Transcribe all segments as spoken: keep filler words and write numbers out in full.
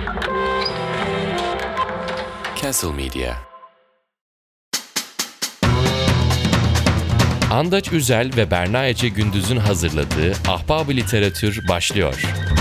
Castle Media. Andaç Üzel ve Berna Ece Gündüz'ün hazırladığı Ahbab-ı Literatür başlıyor.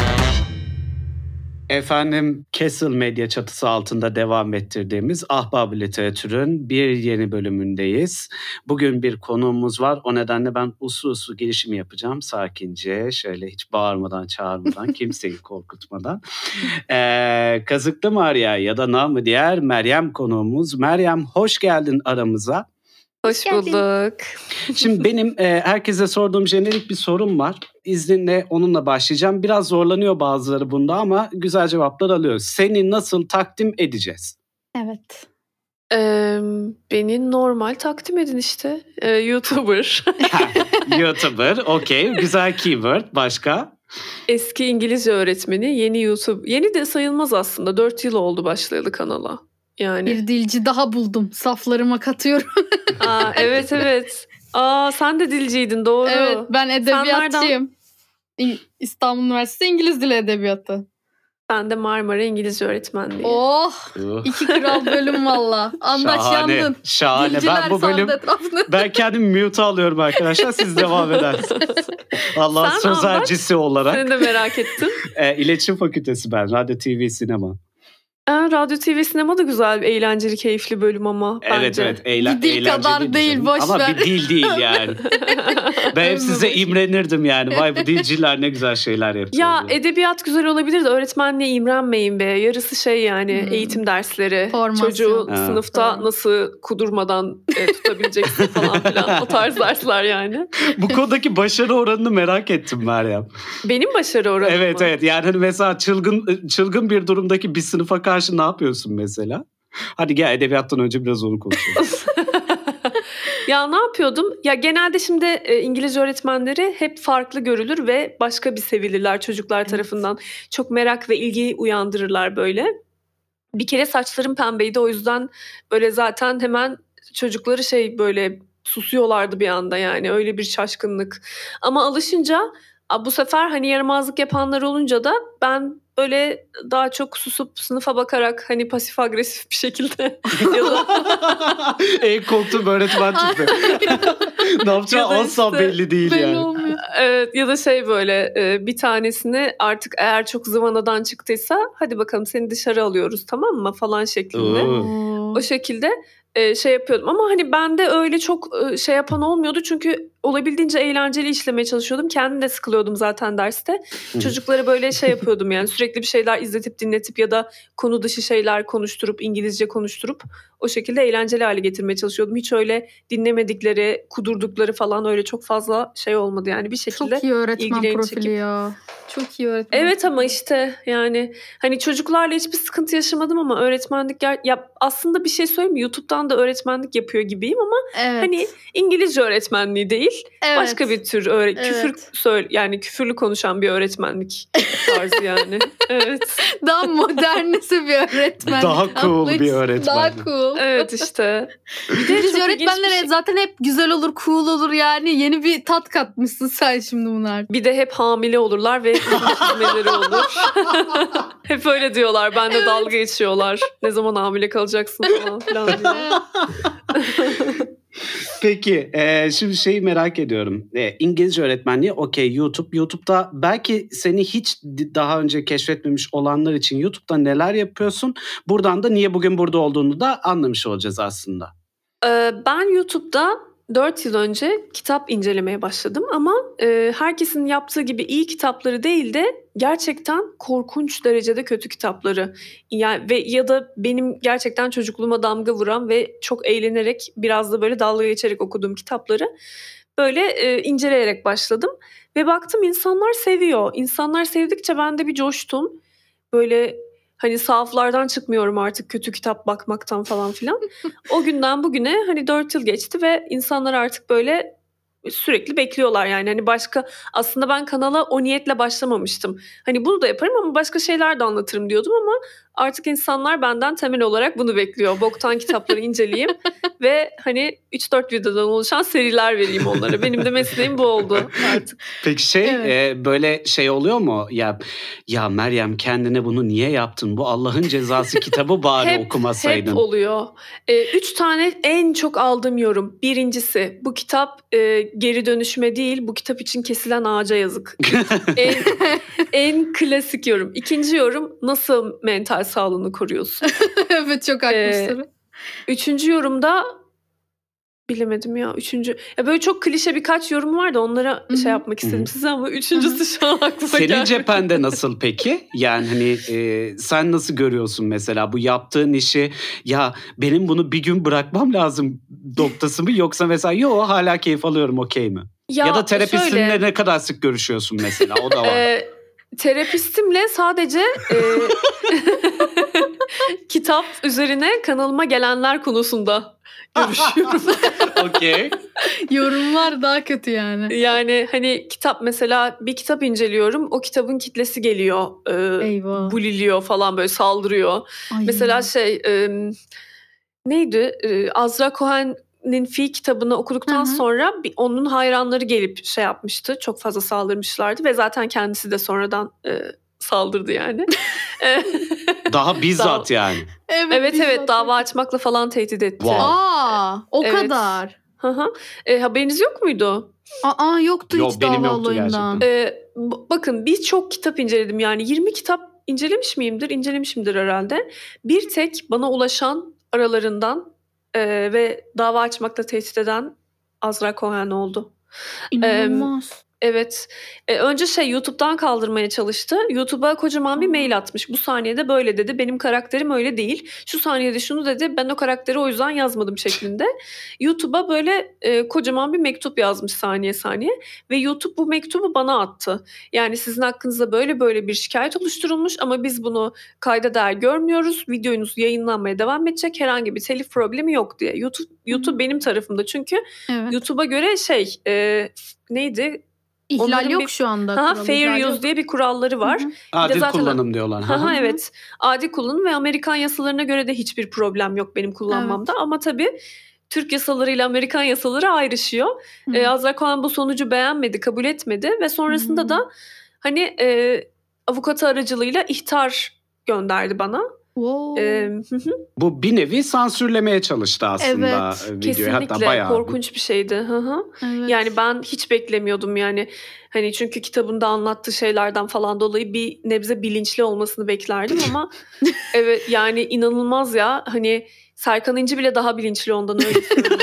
Efendim, Castle Medya çatısı altında devam ettirdiğimiz Ahbab-ı Literatür'ün bir yeni bölümündeyiz. Bugün bir konuğumuz var. O nedenle ben uslu uslu girişimi yapacağım. Sakince, şöyle hiç bağırmadan, çağırmadan, kimseyi korkutmadan. Ee, Kazıklı Maria ya da namı diğer Meryem konuğumuz. Meryem, hoş geldin aramıza. Hoş bulduk. Şimdi benim e, herkese sorduğum jenerik bir sorum var. İzninle onunla başlayacağım. Biraz zorlanıyor bazıları bunda ama güzel cevaplar alıyoruz. Seni nasıl takdim edeceğiz? Evet. Ee, beni normal takdim edin işte. Ee, YouTuber. YouTuber, okey. Güzel keyword. Başka? Eski İngilizce öğretmeni, yeni YouTube. Yeni de sayılmaz aslında. Dört yıl oldu başlayalı kanala. Yani. Bir dilci daha buldum. Saflarıma katıyorum. Aa, evet evet. Aa, sen de dilciydin, doğru. Evet, ben edebiyatçıyım. İ- İstanbul Üniversitesi İngiliz Dili Edebiyatı. Ben de Marmara İngilizce öğretmenliği. Oh, iki kral bölüm valla. Andaş Şahane, yandın. şahane. Dilciler Ben bu bölüm, ben kendimi mute alıyorum arkadaşlar. Siz devam edersiniz. Allah Sen sözelcisi olarak. Seni de merak ettim. e, İletişim Fakültesi ben. Radyo, T V, sinema. Ee, Radyo, T V, sinema da güzel, eğlenceli, keyifli bölüm ama Evet bence. evet. Eğlen, Bir dil kadar değil, canım. boş Ama ver. bir dil değil yani. Ben hep size imrenirdim yani. Vay bu dilciler ne güzel şeyler yapıyor. Ya edebiyat güzel olabilir de öğretmenliğe imrenmeyin be. Yarısı şey yani Hmm. eğitim dersleri. Formasyon. Çocuğu Ha. sınıfta Doğru. nasıl kudurmadan e, tutabileceksin falan filan. O tarz dersler yani. Bu konudaki başarı oranını merak ettim Meryem. Benim başarı oranım Evet mı? evet. Yani hani mesela çılgın çılgın bir durumdaki bir sınıfa karşı ne yapıyorsun mesela? Hadi gel edebiyattan önce biraz onu konuşalım. Ya ne yapıyordum? Ya genelde şimdi e, İngilizce öğretmenleri hep farklı görülür ve başka bir sevilirler çocuklar Evet. tarafından. Çok merak ve ilgi uyandırırlar böyle. Bir kere saçlarım pembeydi, o yüzden böyle zaten hemen çocukları şey böyle susuyorlardı bir anda, yani öyle bir şaşkınlık. Ama alışınca a, bu sefer hani yaramazlık yapanlar olunca da ben böyle daha çok susup sınıfa bakarak hani pasif agresif bir şekilde ya da En korktuğum öğretmen tipi. Ne yapacağı Ya da asla işte belli değil Belli yani. olmuyor. evet, ya da şey böyle e, bir tanesini artık eğer çok zıvanadan çıktıysa hadi bakalım seni dışarı alıyoruz, tamam mı falan şeklinde. Oo. O şekilde e, şey yapıyordum ama hani bende öyle çok e, şey yapan olmuyordu çünkü olabildiğince eğlenceli işlemeye çalışıyordum. Kendim de sıkılıyordum zaten derste. Çocuklara böyle şey yapıyordum yani sürekli bir şeyler izletip dinletip ya da konu dışı şeyler konuşturup İngilizce konuşturup o şekilde eğlenceli hale getirmeye çalışıyordum. Hiç öyle dinlemedikleri, kudurdukları falan öyle çok fazla şey olmadı yani bir şekilde. Çok iyi öğretmen ilgilerini profili çekip. ya. Çok iyi öğretmen. Evet ama işte yani hani çocuklarla hiçbir sıkıntı yaşamadım ama öğretmenlik ger- ya aslında bir şey söyleyeyim mi? YouTube'dan da öğretmenlik yapıyor gibiyim ama Evet. hani İngilizce öğretmenliği değil, Evet. başka bir tür öğre- Evet. küfür söyle yani küfürlü konuşan bir öğretmenlik tarzı yani. Evet. Daha modernisi bir öğretmen. Daha cool anlayış. bir öğretmen. Daha cool. Evet işte. Bir de Biz çok ilginç öğretmenlere bir şey- zaten hep güzel olur, cool olur yani. Yeni bir tat katmışsın sen şimdi bunlar. Bir de hep hamile olurlar ve uzun çizmeleri olur. Hep öyle diyorlar. Ben de dalga geçiyorlar. Ne zaman hamile kalacaksın falan filan diye. Peki e, şimdi şeyi merak ediyorum. E, İngilizce öğretmenliği okey YouTube. YouTube'da belki seni hiç di- daha önce keşfetmemiş olanlar için YouTube'da neler yapıyorsun? Buradan da niye bugün burada olduğunu da anlamış olacağız aslında. Ee, ben YouTube'da dört yıl önce kitap incelemeye başladım ama e, herkesin yaptığı gibi iyi kitapları değil de gerçekten korkunç derecede kötü kitapları yani ve ya da benim gerçekten çocukluğuma damga vuran ve çok eğlenerek biraz da böyle dalga geçerek okuduğum kitapları böyle e, inceleyerek başladım ve baktım insanlar seviyor. İnsanlar sevdikçe ben de bir coştum. Böyle hani sahaflardan çıkmıyorum artık kötü kitap bakmaktan falan filan. O günden bugüne hani dört yıl geçti ve insanlar artık böyle sürekli bekliyorlar yani. Hani başka aslında ben kanala o niyetle başlamamıştım. Hani bunu da yaparım ama başka şeyler de anlatırım diyordum ama artık insanlar benden temel olarak bunu bekliyor. Boktan kitapları inceleyeyim ve hani üç dört videodan oluşan seriler vereyim onlara. Benim de mesleğim bu oldu artık. Peki şey Evet. e, böyle şey oluyor mu? Ya ya Meryem kendine bunu niye yaptın? Bu Allah'ın cezası kitabı bari hep, okumasaydın. Hep oluyor. Ee, üç tane en çok aldığım yorum. Birincisi bu kitap e, geri dönüşme değil, bu kitap için kesilen ağaca yazık. en, en klasik yorum. İkinci yorum, nasıl mental sağlığını koruyorsun? Evet, çok haklı Ee, soru. Üçüncü yorumda bilemedim ya. Üçüncü. Ya böyle çok klişe birkaç yorum var da onlara Hı-hı. şey yapmak istedim Hı-hı. size ama üçüncüsü şu an aklıma Senin gelmedi. cephende nasıl peki? Yani hani e, sen nasıl görüyorsun mesela bu yaptığın işi? Ya benim bunu bir gün bırakmam lazım noktası mı? Yoksa mesela yo hala keyif alıyorum okey mi? Ya, ya da terapistinle şöyle, ne kadar sık görüşüyorsun mesela o da var. e, terapistimle sadece e, kitap üzerine kanalıma gelenler konusunda görüşüyorum. Okey. Yorumlar daha kötü yani. Yani hani kitap mesela bir kitap inceliyorum. O kitabın kitlesi geliyor. E, Eyvah. buliliyor falan böyle saldırıyor. Ay. Mesela şey e, neydi? E, Azra Cohen'in Fi kitabını okuduktan Hı hı. sonra bir, onun hayranları gelip şey yapmıştı. Çok fazla saldırmışlardı ve zaten kendisi de sonradan e, saldırdı yani. Daha bizzat yani. Evet Evet biz evet zaten- dava açmakla falan tehdit etti. Wow. Aa, o Evet. kadar. Hı hı. E, haberiniz yok muydu? Aa, yoktu Yok, hiç benim dava yoktu olayından. gerçekten. E, b- bakın birçok kitap inceledim yani yirmi kitap incelemiş miyimdir? İncelemişimdir herhalde. Bir tek bana ulaşan aralarından e, ve dava açmakla tehdit eden Azra Cohen oldu. İnanılmaz. Evet. E, önce şey YouTube'dan kaldırmaya çalıştı. YouTube'a kocaman bir mail atmış. Bu saniyede böyle dedi. Benim karakterim öyle değil. Şu saniyede şunu dedi. Ben o karakteri o yüzden yazmadım şeklinde. YouTube'a böyle e, kocaman bir mektup yazmış saniye saniye. Ve YouTube bu mektubu bana attı. Yani sizin hakkınızda böyle böyle bir şikayet oluşturulmuş ama biz bunu kayda değer görmüyoruz. Videonuz yayınlanmaya devam edecek. Herhangi bir telif problemi yok diye. YouTube YouTube Hı. benim tarafımda. Çünkü Evet. YouTube'a göre şey e, neydi? İhlal onların yok bir- şu anda. Ha, kuralı, fair ihlal use yok. diye bir kuralları var. Hı hı. Adil zaten- kullanım diyorlar. Ha, Hı hı. evet. Adil kullanım ve Amerikan yasalarına göre de hiçbir problem yok benim kullanmamda. Ama tabii Türk yasalarıyla Amerikan yasaları ayrışıyor. Hı. Ee, Azra Cohen bu sonucu beğenmedi, kabul etmedi ve sonrasında Hı. da hani e, avukatı aracılığıyla ihtar gönderdi bana. Wow. Ee, hı hı, Bu bir nevi sansürlemeye çalıştı aslında Evet, videoyu. kesinlikle Hatta bayağı. korkunç bir şeydi. Hı hı. Evet. Yani ben hiç beklemiyordum yani. Hani çünkü kitabında anlattığı şeylerden falan dolayı bir nebze bilinçli olmasını beklerdim ama evet yani inanılmaz ya. Hani Serkan İnci bile daha bilinçli ondan öyle söylüyorum.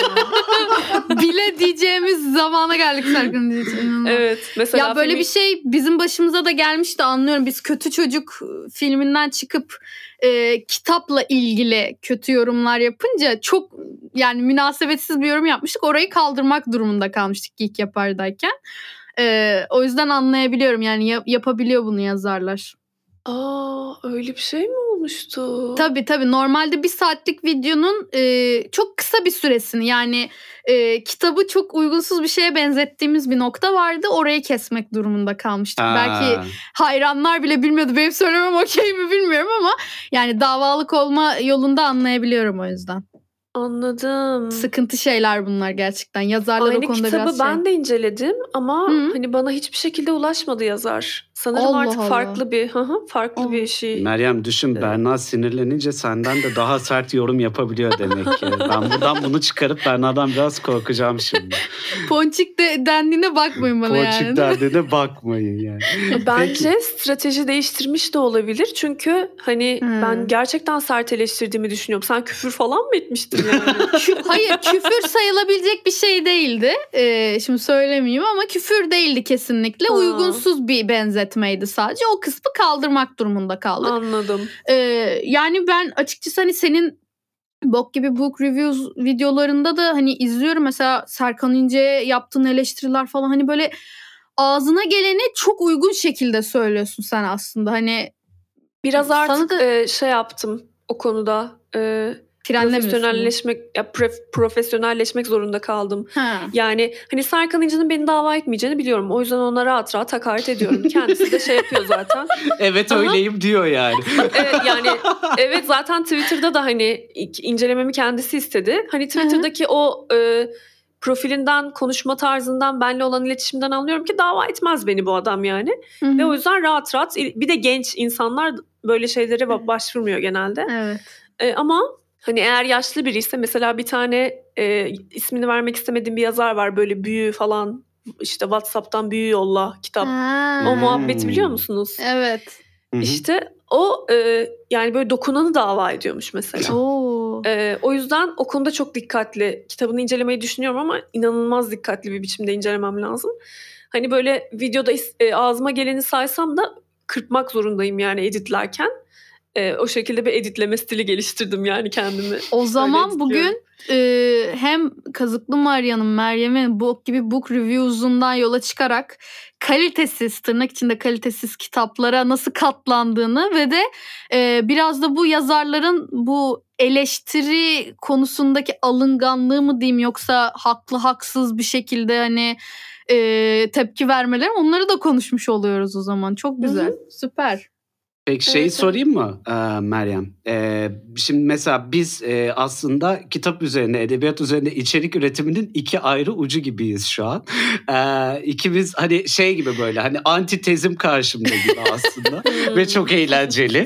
Yani. bile diyeceğimiz zamana geldik Serkan için. İnanılmaz. Evet. Mesela Ya böyle filmi- bir şey bizim başımıza da gelmişti, anlıyorum. Biz Kötü Çocuk filminden çıkıp e, kitapla ilgili kötü yorumlar yapınca çok yani münasebetsiz bir yorum yapmıştık. Orayı kaldırmak durumunda kalmıştık Geek Yapar'dayken. E, o yüzden anlayabiliyorum yani yap- yapabiliyor bunu yazarlar. Aa, öyle bir şey mi olmuştu? Tabii tabii normalde bir saatlik videonun e, çok kısa bir süresini yani e, kitabı çok uygunsuz bir şeye benzettiğimiz bir nokta vardı. Orayı kesmek durumunda kalmıştık. Ha. Belki hayranlar bile bilmiyordu. Benim söylemem okey mi bilmiyorum ama yani davalık olma yolunda anlayabiliyorum o yüzden. Anladım. Sıkıntı şeyler bunlar gerçekten. Yazarlar Aynı o konuda kitabı biraz ben şey. de inceledim ama Hı. hani bana hiçbir şekilde ulaşmadı yazar. Sanırım Allah artık Allah. farklı bir hı hı, farklı Allah. bir şey. Meryem düşün Evet. Berna sinirlenince senden de daha sert yorum yapabiliyor demek ki. Ben buradan bunu çıkarıp Berna'dan biraz korkacağım şimdi. Ponçik de dendiğine bakmayın bana Ponçik yani. derdine bakmayın yani. Bence strateji değiştirmiş de olabilir. Çünkü hani Hmm. ben gerçekten sert eleştirdiğimi düşünüyorum. Sen küfür falan mı etmiştin yani? Kü- Hayır, küfür sayılabilecek bir şey değildi. Ee, şimdi söylemeyeyim ama küfür değildi kesinlikle. Ha. Uygunsuz bir benzetmeydi sadece. O kısmı kaldırmak durumunda kaldık. Anladım. Ee, yani ben açıkçası hani senin bok gibi book reviews videolarında da hani izliyorum. Mesela Serkan İnce'ye yaptığın eleştiriler falan hani böyle ağzına geleni çok uygun şekilde söylüyorsun sen aslında. Hani Biraz Sana artık da- e, şey yaptım o konuda. E, Frenlemiyorsun. profesyonelleşmek ya pre- profesyonelleşmek zorunda kaldım. Ha. Yani hani Serkan İnce'nin beni dava etmeyeceğini biliyorum. O yüzden ona rahat rahat hakaret ediyorum. Kendisi de şey yapıyor zaten. Evet Ama- öyleyim diyor yani. Evet yani evet zaten Twitter'da da hani incelememi kendisi istedi. Hani Twitter'daki o e, profilinden, konuşma tarzından, benle olan iletişimden anlıyorum ki dava etmez beni bu adam yani. Hı hı. Ve o yüzden rahat rahat, bir de genç insanlar böyle şeylere başvurmuyor genelde. Evet. E, ama hani eğer yaşlı biri ise mesela bir tane e, ismini vermek istemediğim bir yazar var, böyle büyü falan, işte WhatsApp'tan büyü yolla kitap. Ha. O muhabbeti biliyor musunuz? Evet. Hı hı. İşte o e, yani böyle dokunanı dava ediyormuş mesela. Oo. E, o yüzden o konuda çok dikkatli, kitabını incelemeyi düşünüyorum ama inanılmaz dikkatli bir biçimde incelemem lazım. Hani böyle videoda e, ağzıma geleni saysam da kırpmak zorundayım yani editlerken. E, o şekilde bir editleme stili geliştirdim yani kendimi. O zaman editliyorum. bugün e, hem Kazıklı Maria'nın, Meryem'in book gibi book reviews'undan yola çıkarak kalitesiz, tırnak içinde kalitesiz kitaplara nasıl katlandığını ve de e, biraz da bu yazarların bu eleştiri konusundaki alınganlığı mı diyeyim, yoksa haklı haksız bir şekilde hani e, tepki vermeleri, onları da konuşmuş oluyoruz o zaman. Çok güzel. Hı hı. Süper. Peki şeyi Evet, sorayım mı e, Meryem? E, şimdi mesela biz e, aslında kitap üzerine, edebiyat üzerine içerik üretiminin iki ayrı ucu gibiyiz şu an. E, ikimiz hani şey gibi, böyle hani antitezim karşımda gibi aslında ve çok eğlenceli.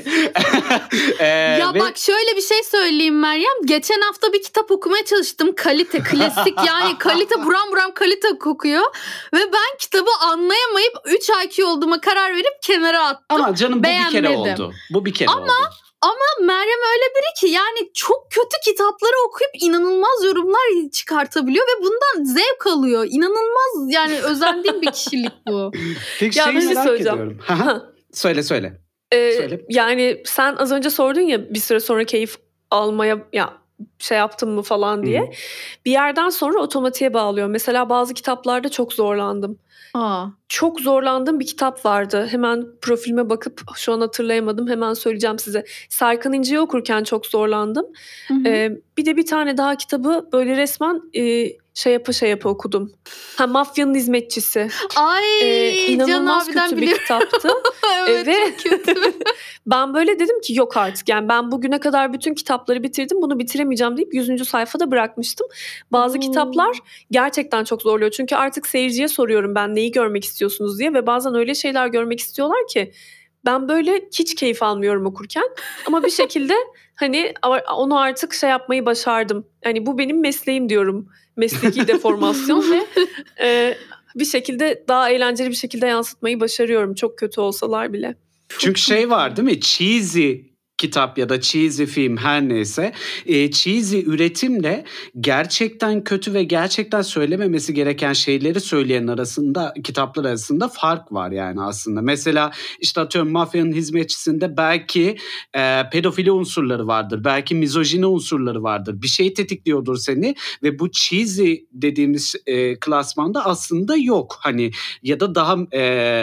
e, Ya ve... bak şöyle bir şey söyleyeyim Meryem. Geçen hafta bir kitap okumaya çalıştım. Kalite, klasik yani kalite, buram buram kalite kokuyor. Ve ben kitabı anlayamayıp üç I Q olduğuma karar verip kenara attım. Ama canım bu bir kere Beğenmedim. oldu. Bu bir kere Ama- oldu. Ama Meryem öyle biri ki yani çok kötü kitapları okuyup inanılmaz yorumlar çıkartabiliyor ve bundan zevk alıyor. İnanılmaz yani özendiğim bir kişilik bu. Peki Ya şeyi bir şey merak söyleyeceğim. ediyorum. Ha. söyle söyle. Ee, Söyle. yani sen az önce sordun ya bir süre sonra keyif almaya ya şey yaptım mı falan diye. Hı. Bir yerden sonra otomatiğe bağlıyor. Mesela bazı kitaplarda çok zorlandım. Aa. Çok zorlandığım bir kitap vardı. Hemen profilime bakıp şu an hatırlayamadım. Hemen söyleyeceğim size. Serkan İnce'yi okurken çok zorlandım. Hı hı. Ee, bir de bir tane daha kitabı böyle resmen e, şey yapa şey yapa okudum. Ha, Mafyanın Hizmetçisi. Ay Ee, Can inanılmaz abiden kötü bir biliyorum. kitaptı. Evet, Ve çok kötü. ben böyle dedim ki yok artık, yani ben bugüne kadar bütün kitapları bitirdim, bunu bitiremeyeceğim deyip yüzüncü sayfada bırakmıştım. Bazı Oo. kitaplar gerçekten çok zorluyor. Çünkü artık seyirciye soruyorum ben neyi görmek istiyorsunuz diye ve bazen öyle şeyler görmek istiyorlar ki ben böyle hiç keyif almıyorum okurken. Ama bir şekilde hani onu artık şey yapmayı başardım. Yani bu benim mesleğim diyorum. Mesleki deformasyon ve e, bir şekilde daha eğlenceli bir şekilde yansıtmayı başarıyorum. Çok kötü olsalar bile. Çünkü şey var değil mi? Cheesy kitap ya da cheesy film, her neyse. E, cheesy üretimle gerçekten kötü ve gerçekten söylememesi gereken şeyleri söyleyen arasında, kitaplar arasında fark var yani aslında. Mesela işte atıyorum Mafyanın Hizmetçisi'nde belki e, pedofili unsurları vardır. Belki mizojini unsurları vardır. Bir şey tetikliyordur seni ve bu cheesy dediğimiz e, klasmanda aslında yok. Hani ya da daha e,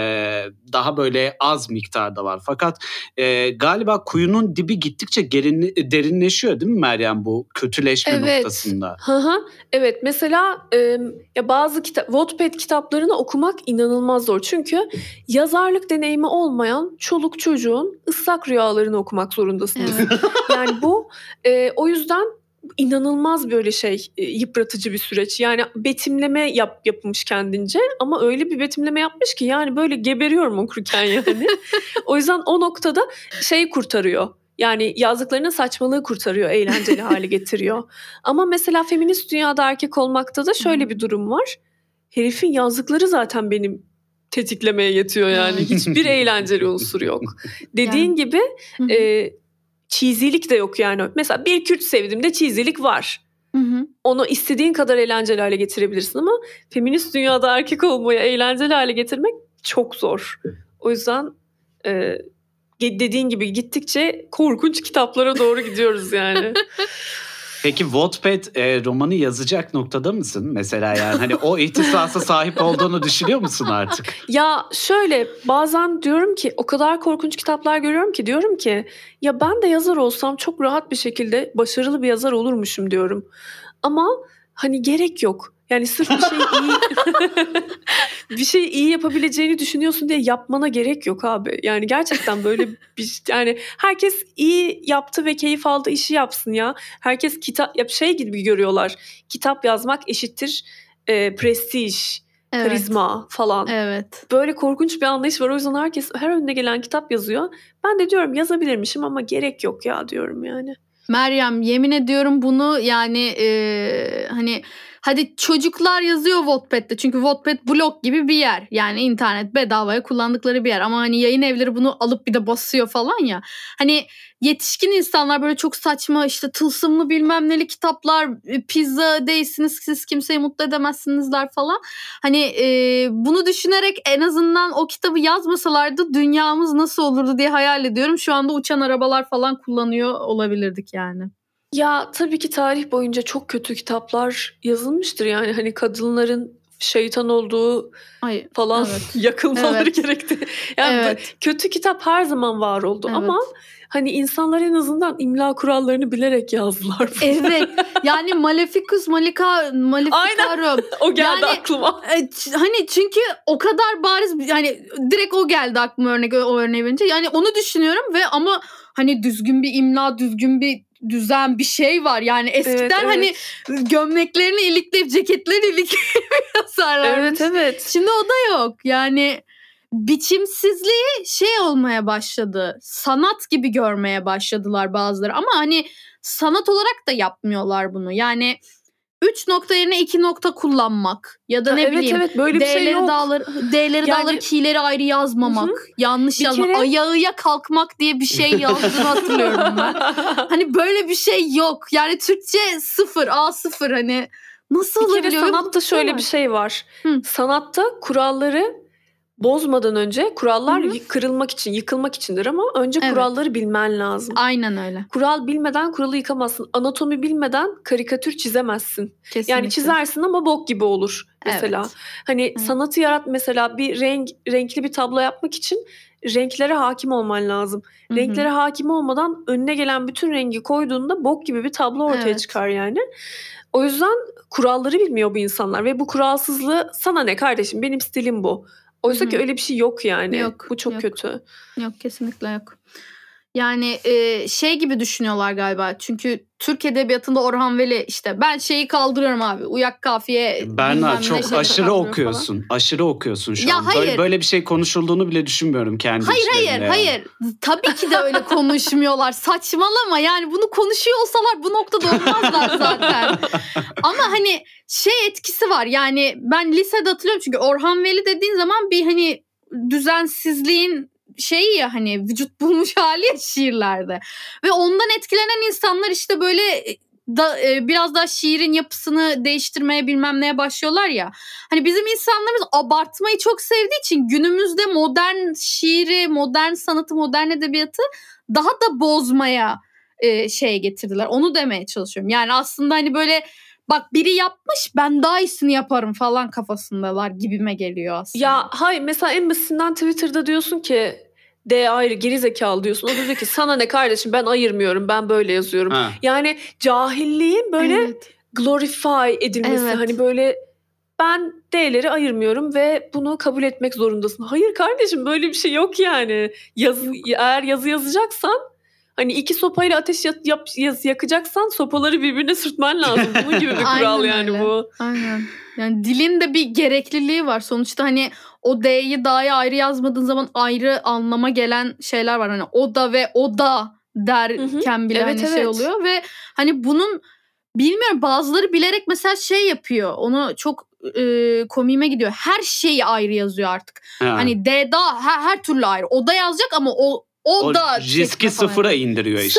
daha böyle az miktarda var. Fakat e, galiba kuyunun dibi gittikçe gerin, derinleşiyor değil mi Meryem, bu kötüleşme Evet. noktasında? Hı hı. Evet, mesela e, ya bazı kitap, Wattpad kitaplarını okumak inanılmaz zor. Çünkü yazarlık deneyimi olmayan çoluk çocuğun ıslak rüyalarını okumak zorundasınız. Evet. Yani bu e, o yüzden inanılmaz böyle şey e, yıpratıcı bir süreç. Yani betimleme yap, yapmış kendince ama öyle bir betimleme yapmış ki yani böyle geberiyorum okurken yani. O yüzden o noktada şey kurtarıyor. Yani yazdıklarının saçmalığı kurtarıyor, eğlenceli hale getiriyor. Ama mesela feminist dünyada erkek olmakta da şöyle bir durum var. Herifin yazdıkları zaten benim tetiklemeye yetiyor yani. Hiçbir eğlenceli unsur yok. Dediğin Yani- gibi e, cheesy'lik de yok yani. Mesela bir Kürt sevdiğimde cheesy'lik var. Hı hı. Onu istediğin kadar eğlenceli hale getirebilirsin ama feminist dünyada erkek olmayı eğlenceli hale getirmek çok zor. O yüzden e, dediğin gibi gittikçe korkunç kitaplara doğru gidiyoruz yani. Peki Wattpad e, romanı yazacak noktada mısın? Mesela yani hani o ihtisasa sahip olduğunu düşünüyor musun artık? Ya şöyle bazen diyorum ki o kadar korkunç kitaplar görüyorum ki diyorum ki ya ben de yazar olsam çok rahat bir şekilde başarılı bir yazar olurmuşum diyorum. Ama hani gerek yok. Yani sırf bir şey iyi bir şey iyi yapabileceğini düşünüyorsun diye yapmana gerek yok abi. Yani gerçekten böyle bir yani herkes iyi yaptı ve keyif aldı işi yapsın ya. Herkes kitap yap şey gibi görüyorlar. Kitap yazmak eşittir e, prestij, Evet. karizma falan. Evet. Böyle korkunç bir anlayış var. O yüzden herkes her önüne gelen kitap yazıyor. Ben de diyorum yazabilirmişim ama gerek yok ya diyorum yani. Meryem yemin ediyorum bunu yani e, hani hadi çocuklar yazıyor Wattpad'de çünkü Wattpad blog gibi bir yer yani internet bedavaya kullandıkları bir yer ama hani yayın evleri bunu alıp bir de basıyor falan ya hani yetişkin insanlar böyle çok saçma işte tılsımlı bilmem neli kitaplar pizza değilsiniz siz kimseyi mutlu edemezsinizler falan hani e, bunu düşünerek en azından o kitabı yazmasalardı dünyamız nasıl olurdu diye hayal ediyorum şu anda uçan arabalar falan kullanıyor olabilirdik yani. Ya tabii ki tarih boyunca çok kötü kitaplar yazılmıştır yani hani kadınların şeytan olduğu Ay, falan evet. yakılmaları Evet. gerekti. Yani Evet. kötü kitap her zaman var oldu Evet. ama hani insanlar en azından imla kurallarını bilerek yazdılar. Evet. Yani Maleficus, Malika, Maleficarum. O geldi Yani, aklıma. E, ç- hani çünkü o kadar bariz yani direkt o geldi aklıma örnek o örneği verince. Yani onu düşünüyorum ve ama hani düzgün bir imla, düzgün bir düzen bir şey var. Yani eskiden Evet, evet. hani gömleklerini ilikleyip ceketlerini ilikleyip yazarlarmış. Evet evet. Şimdi o da yok. Yani biçimsizliği şey olmaya başladı. Sanat gibi görmeye başladılar bazıları. Ama hani sanat olarak da yapmıyorlar bunu. Yani üç nokta yerine iki nokta kullanmak ya da Ha, ne evet, bileyim evet, böyle bir şey D'leri yok. dağları D'leri Yani- dağları ki'leri ayrı yazmamak, Hı hı. yanlış Bir yazmak, kere- ayağıya kalkmak diye bir şey yazdığını hatırlıyorum ben. Hani böyle bir şey yok. Yani Türkçe sıfır, A sıfır hani nasıl Bir kere olabiliyor? sanatta şöyle bir şey var. Hı. Sanatta kuralları bozmadan önce kurallar Hı hı. y- kırılmak için, yıkılmak içindir ama önce Evet. kuralları bilmen lazım. Aynen öyle. Kural bilmeden kuralı yıkamazsın. Anatomi bilmeden karikatür çizemezsin. Kesinlikle. Yani çizersin ama bok gibi olur mesela. Evet. Hani Evet. sanatı yarat mesela bir renk renkli bir tablo yapmak için renklere hakim olman lazım. Hı hı. Renklere hakim olmadan önüne gelen bütün rengi koyduğunda bok gibi bir tablo ortaya Evet. çıkar yani. O yüzden kuralları bilmiyor bu insanlar ve bu kuralsızlığı sana ne kardeşim benim stilim bu. Oysa Hı ki hı. öyle bir şey yok yani. Yok, Bu çok yok. kötü. Yok kesinlikle yok. Yani e, şey gibi düşünüyorlar galiba. Çünkü Türk Edebiyatı'nda Orhan Veli işte ben şeyi kaldırıyorum abi. Uyak kafiye Berna bilmem ne çok şeyleri aşırı kaldırıyorum okuyorsun. Aşırı okuyorsun şu Ya an. Böyle, hayır. böyle bir şey konuşulduğunu bile düşünmüyorum kendi Hayır içlerinde hayır yani. hayır. Tabii ki de öyle konuşmuyorlar. Saçmalama yani bunu konuşuyor olsalar bu noktada olmazlar zaten. Ama hani şey etkisi var. Yani ben lisede hatırlıyorum çünkü Orhan Veli dediğin zaman bir hani düzensizliğin şeyi ya hani vücut bulmuş hali ya şiirlerde. Ve ondan etkilenen insanlar işte böyle da, e, biraz daha şiirin yapısını değiştirmeye bilmem neye başlıyorlar ya. Hani bizim insanlarımız abartmayı çok sevdiği için günümüzde modern şiiri, modern sanatı, modern edebiyatı daha da bozmaya e, şey getirdiler. Onu demeye çalışıyorum. Yani aslında hani böyle bak biri yapmış ben daha iyisini yaparım falan kafasındalar gibime geliyor aslında. Ya hayır mesela en basitinden Twitter'da diyorsun ki D ayrı geri zekalı diyorsun. O da diyor ki sana ne kardeşim ben ayırmıyorum ben böyle yazıyorum. Ha. Yani cahilliğin böyle Evet. glorify edilmesi Evet. hani böyle ben D'leri ayırmıyorum ve bunu kabul etmek zorundasın. Hayır kardeşim böyle bir şey yok yani. Yazı, eğer yazı yazacaksan hani iki sopayla ateş yap, yap, yaz, yakacaksan sopaları birbirine sürtmen lazım. Bunun gibi bir kural Aynen yani öyle. bu. Aynen. Yani dilin de bir gerekliliği var. Sonuçta hani o D'yi da'ya ayrı yazmadığın zaman ayrı anlama gelen şeyler var. Hani o da ve o da derken bile Evet, hani şey evet. oluyor ve hani bunun bilmiyorum bazıları bilerek mesela şey yapıyor. Onu çok e, komiğime gidiyor. Her şeyi ayrı yazıyor artık. Ha. Hani D da her, her türlü ayrı. O da yazacak ama o o, O da riski şekline falan. sıfıra indiriyor işte.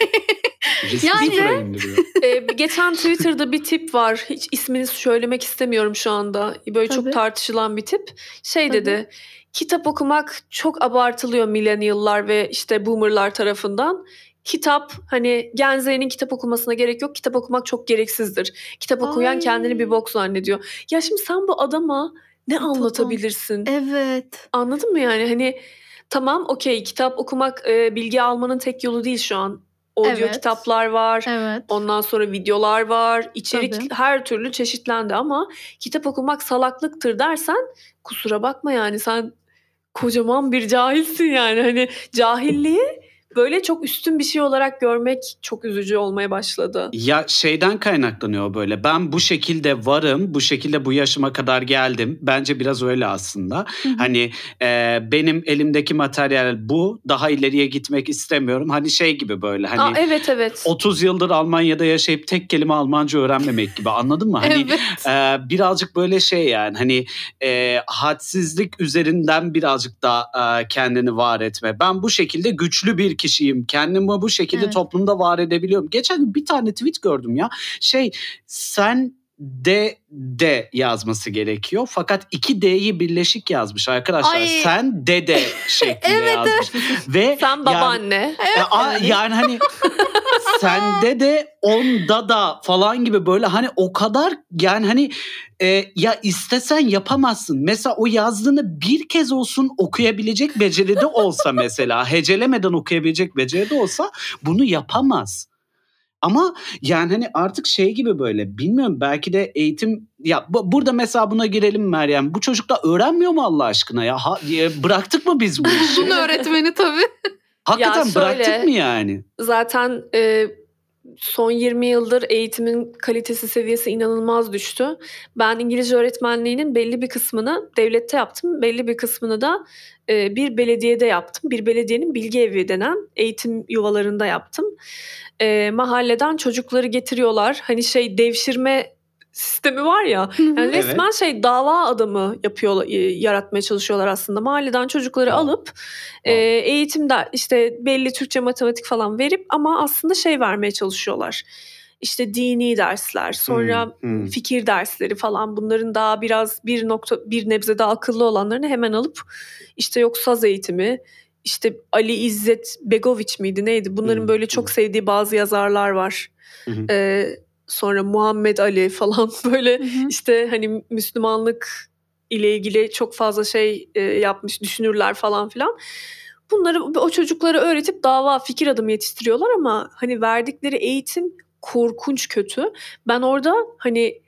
Riski Yani- sıfıra indiriyor. Ee, geçen Twitter'da bir tip var. Hiç ismini söylemek istemiyorum şu anda. Böyle Tabii. çok tartışılan bir tip. Şey Tabii. dedi. kitap okumak çok abartılıyor millennial'lar ve işte boomer'lar tarafından. Kitap, hani Gen Z'nin kitap okumasına gerek yok. Kitap okumak çok gereksizdir. Kitap okuyan Ay. kendini bir bok zannediyor. Ya şimdi sen bu adama ne Tamam. anlatabilirsin? Evet. Anladın mı yani? Hani tamam, okey, kitap okumak e, bilgi almanın tek yolu değil şu an. Audio Evet. kitaplar var. Evet. Ondan sonra videolar var. İçerik Tabii. her türlü çeşitlendi ama kitap okumak salaklıktır dersen kusura bakma yani, sen kocaman bir cahilsin yani. Hani cahilliği böyle çok üstün bir şey olarak görmek çok üzücü olmaya başladı. Ya şeyden kaynaklanıyor böyle. Ben bu şekilde varım, bu şekilde bu yaşıma kadar geldim. Bence biraz öyle aslında. Hani e, benim elimdeki materyal bu. Daha ileriye gitmek istemiyorum. Hani şey gibi böyle. Hani Aa, evet evet. otuz yıldır Almanya'da yaşayıp tek kelime Almanca öğrenmemek gibi, anladın mı? Hani Evet. e, birazcık böyle şey yani hani e, hadsizlik üzerinden birazcık da e, kendini var etme. Ben bu şekilde güçlü bir kişiyim. Kendimi bu şekilde Evet. toplumda var edebiliyorum. Geçen gün bir tane tweet gördüm ya. Şey, sen de de yazması gerekiyor. Fakat iki D'yi birleşik yazmış arkadaşlar. Ay. Sen de de şeklinde Evet, yazmış. Ve Sen babaanne. yani, a- yani hani sende de onda da falan gibi böyle hani o kadar yani hani e, ya istesen yapamazsın. Mesela o yazdığını bir kez olsun okuyabilecek beceride olsa mesela hecelemeden okuyabilecek beceride olsa bunu yapamaz. Ama yani hani artık şey gibi böyle bilmiyorum, belki de eğitim ya bu, burada mesela buna girelim Meryem. Bu çocuk da öğrenmiyor mu Allah aşkına ya? Ha, e, bıraktık mı biz bu işi? Bunun öğretmeni tabii. Hakikaten Ya şöyle, bıraktık mı yani? Zaten e, son yirmi yıldır eğitimin kalitesi seviyesi inanılmaz düştü. Ben İngilizce öğretmenliğinin belli bir kısmını devlette yaptım. Belli bir kısmını da e, bir belediyede yaptım. Bir belediyenin bilgi evi denen eğitim yuvalarında yaptım. E, mahalleden çocukları getiriyorlar. Hani şey, devşirme sistemi var ya. Yani Evet. resmen şey, dava adamı yapıyor, e, yaratmaya çalışıyorlar aslında. Mahalleden çocukları Wow. alıp e, eğitimde işte belli Türkçe, matematik falan verip ama aslında şey vermeye çalışıyorlar. İşte dini dersler, sonra Hmm, hmm. fikir dersleri falan, bunların daha biraz bir nokta bir nebze daha akıllı olanlarını hemen alıp işte yok saz eğitimi, işte Ali İzzet Begoviç miydi neydi? Bunların Hmm, böyle çok hmm. sevdiği bazı yazarlar var. Hmm. Ee, sonra Muhammed Ali falan böyle Hı hı. işte hani Müslümanlık ile ilgili çok fazla şey e, yapmış düşünürler falan filan. Bunları o çocuklara öğretip dava fikir adamı yetiştiriyorlar ama hani verdikleri eğitim korkunç kötü. Ben orada hani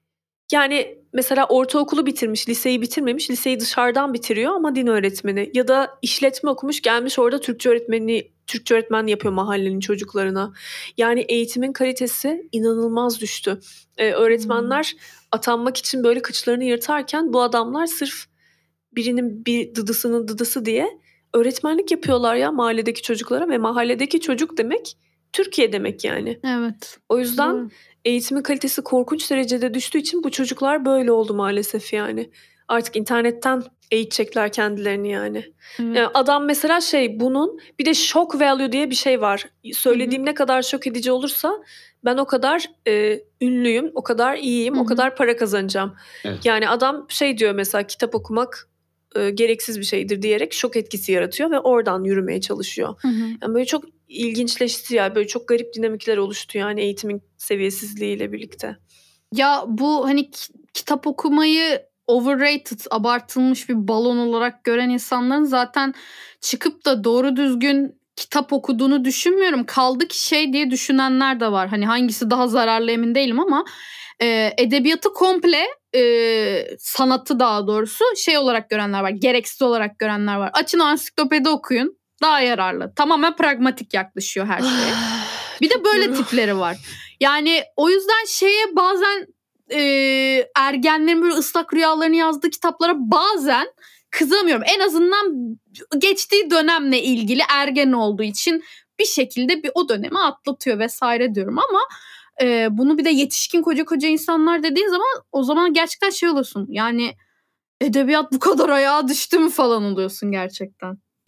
yani mesela ortaokulu bitirmiş, liseyi bitirmemiş, liseyi dışarıdan bitiriyor ama din öğretmeni, ya da işletme okumuş, gelmiş orada Türkçe öğretmeni, Türkçe öğretmenliği yapıyor mahallenin çocuklarına. Yani eğitimin kalitesi inanılmaz düştü. Ee, öğretmenler hmm. atanmak için böyle kıçlarını yırtarken bu adamlar sırf birinin bir dıdısının dıdısı diye öğretmenlik yapıyorlar ya mahalledeki çocuklara ve mahalledeki çocuk demek Türkiye demek yani. Evet. O yüzden Doğru. eğitimin kalitesi korkunç derecede düştüğü için bu çocuklar böyle oldu maalesef yani. Artık internetten eğitecekler kendilerini yani. Evet. Yani adam mesela şey, bunun bir de shock value diye bir şey var. Söylediğim Hı-hı. ne kadar şok edici olursa ben o kadar e, ünlüyüm, o kadar iyiyim, Hı-hı. o kadar para kazanacağım. Evet. Yani adam şey diyor mesela, kitap okumak e, gereksiz bir şeydir diyerek şok etkisi yaratıyor ve oradan yürümeye çalışıyor. Hı-hı. Yani böyle çok ilginçleşti ya, böyle çok garip dinamikler oluştu yani eğitimin seviyesizliğiyle birlikte. Ya bu hani ki- kitap okumayı overrated, abartılmış bir balon olarak gören insanların zaten çıkıp da doğru düzgün kitap okuduğunu düşünmüyorum. Kaldı ki şey diye düşünenler de var. Hani hangisi daha zararlı emin değilim ama e, edebiyatı komple, e, sanatı daha doğrusu şey olarak görenler var. Gereksiz olarak görenler var. Açın ansiklopedi okuyun. Daha yararlı. Tamamen pragmatik yaklaşıyor her şeye. Bir de böyle tipleri var. Yani o yüzden şeye bazen e, ergenlerin böyle ıslak rüyalarını yazdığı kitaplara bazen kızamıyorum. En azından geçtiği dönemle ilgili, ergen olduğu için bir şekilde bir o dönemi atlatıyor vesaire diyorum ama e, bunu bir de yetişkin koca koca insanlar dediğin zaman o zaman gerçekten şey olursun. Yani edebiyat bu kadar ayağa düştü mü falan oluyorsun gerçekten.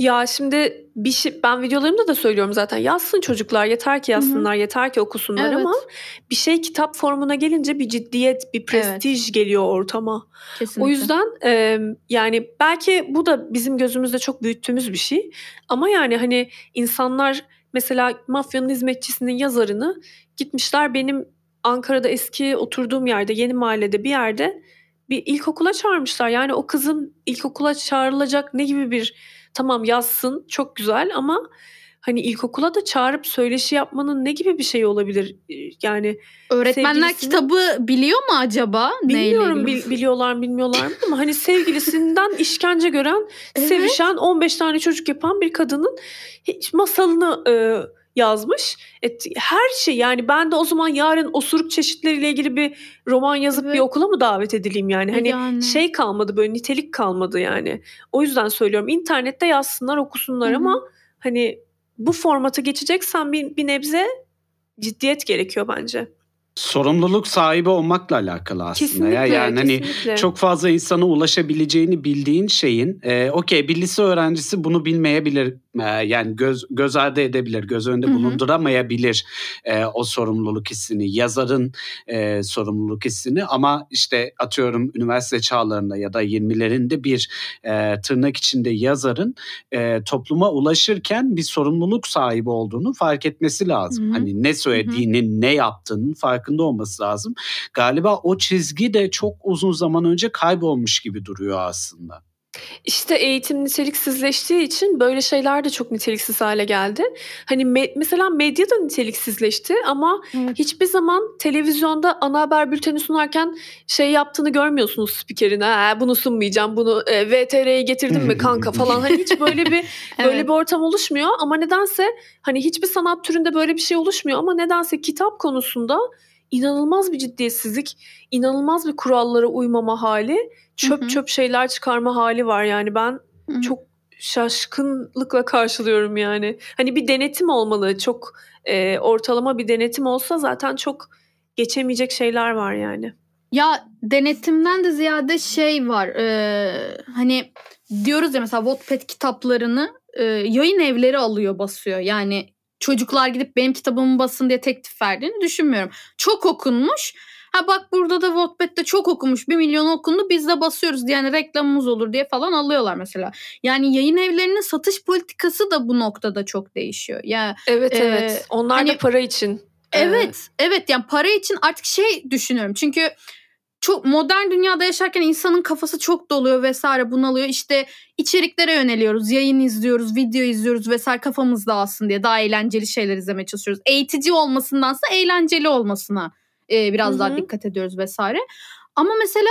Ya şimdi bir şey, ben videolarımda da söylüyorum zaten, yazsın çocuklar, yeter ki yazsınlar, yeter ki okusunlar Evet. ama bir şey kitap formuna gelince bir ciddiyet, bir prestij geliyor ortama. Kesinlikle. O yüzden e, yani belki bu da bizim gözümüzde çok büyüttüğümüz bir şey ama yani hani insanlar mesela Mafyanın Hizmetçisi'nin yazarını gitmişler benim Ankara'da eski oturduğum yerde, Yeni Mahalle'de bir yerde bir ilkokula çağırmışlar. Yani o kızın ilkokula çağrılacak ne gibi bir, tamam yazsın çok güzel ama hani ilkokula da çağırıp söyleşi yapmanın ne gibi bir şey olabilir? Yani öğretmenler sevgilisini- kitabı biliyor mu acaba? bilmiyorum Neyle ilgili? bil- biliyorlar mı bilmiyorlar mı ama hani sevgilisinden işkence gören, Evet. sevişen, on beş tane çocuk yapan bir kadının hiç masalını e, yazmış. Et, her şey yani ben de o zaman yarın osuruk çeşitleriyle ilgili bir roman yazıp Evet. bir okula mı davet edileyim yani? Hani Yani. şey kalmadı, böyle nitelik kalmadı yani. O yüzden söylüyorum, internette yazsınlar, okusunlar Hı hı. ama hani bu formata geçeceksen bir, bir nebze ciddiyet gerekiyor bence. Sorumluluk sahibi olmakla alakalı aslında. Kesinlikle, ya. Yani hani kesinlikle. çok fazla insana ulaşabileceğini bildiğin şeyin, e, okey bir lise öğrencisi bunu bilmeyebilir, e, yani göz göz ardı edebilir, göz önünde Hı hı. bulunduramayabilir e, o sorumluluk hissini, yazarın e, sorumluluk hissini ama işte atıyorum üniversite çağlarında ya da yirmilerinde bir e, tırnak içinde yazarın e, topluma ulaşırken bir sorumluluk sahibi olduğunu fark etmesi lazım. Hı hı. Hani ne söylediğinin, ne yaptığının farkında olması lazım. Galiba o çizgi de çok uzun zaman önce kaybolmuş gibi duruyor aslında. İşte eğitim niteliksizleştiği için böyle şeyler de çok niteliksiz hale geldi. Hani me- mesela medya da niteliksizleşti ama Evet. hiçbir zaman televizyonda ana haber bülteni sunarken şey yaptığını görmüyorsunuz spikerin. Ha, bunu sunmayacağım, bunu e, V T R'ye getirdim mi kanka falan. Hani hiç böyle bir böyle Evet. bir ortam oluşmuyor ama nedense hani hiçbir sanat türünde böyle bir şey oluşmuyor ama nedense kitap konusunda inanılmaz bir ciddiyetsizlik, inanılmaz bir kurallara uymama hali, çöp Hı hı. çöp şeyler çıkarma hali var yani. Ben Hı hı. çok şaşkınlıkla karşılıyorum yani. Hani bir denetim olmalı, çok e, ortalama bir denetim olsa zaten çok geçemeyecek şeyler var yani. Ya denetimden de ziyade şey var. e, hani diyoruz ya mesela Wattpad kitaplarını e, yayın evleri alıyor, basıyor. Yani çocuklar gidip benim kitabımı basın diye teklif verdiğini düşünmüyorum. Çok okunmuş. Ha bak burada da Wattpad'de çok okumuş, bir milyon okundu, biz de basıyoruz diye, yani reklamımız olur diye falan alıyorlar mesela. Yani yayın evlerinin satış politikası da bu noktada çok değişiyor. Ya Evet Ee, evet. Onlar hani- da para için. e, evet, evet yani para için artık şey düşünüyorum. Çünkü çok modern dünyada yaşarken insanın kafası çok doluyor vesaire, bunalıyor. İşte içeriklere yöneliyoruz, yayın izliyoruz, video izliyoruz vesaire, kafamız dağılsın diye daha eğlenceli şeyler izlemeye çalışıyoruz. Eğitici olmasındansa eğlenceli olmasına e, biraz Hı daha hı. dikkat ediyoruz vesaire. Ama mesela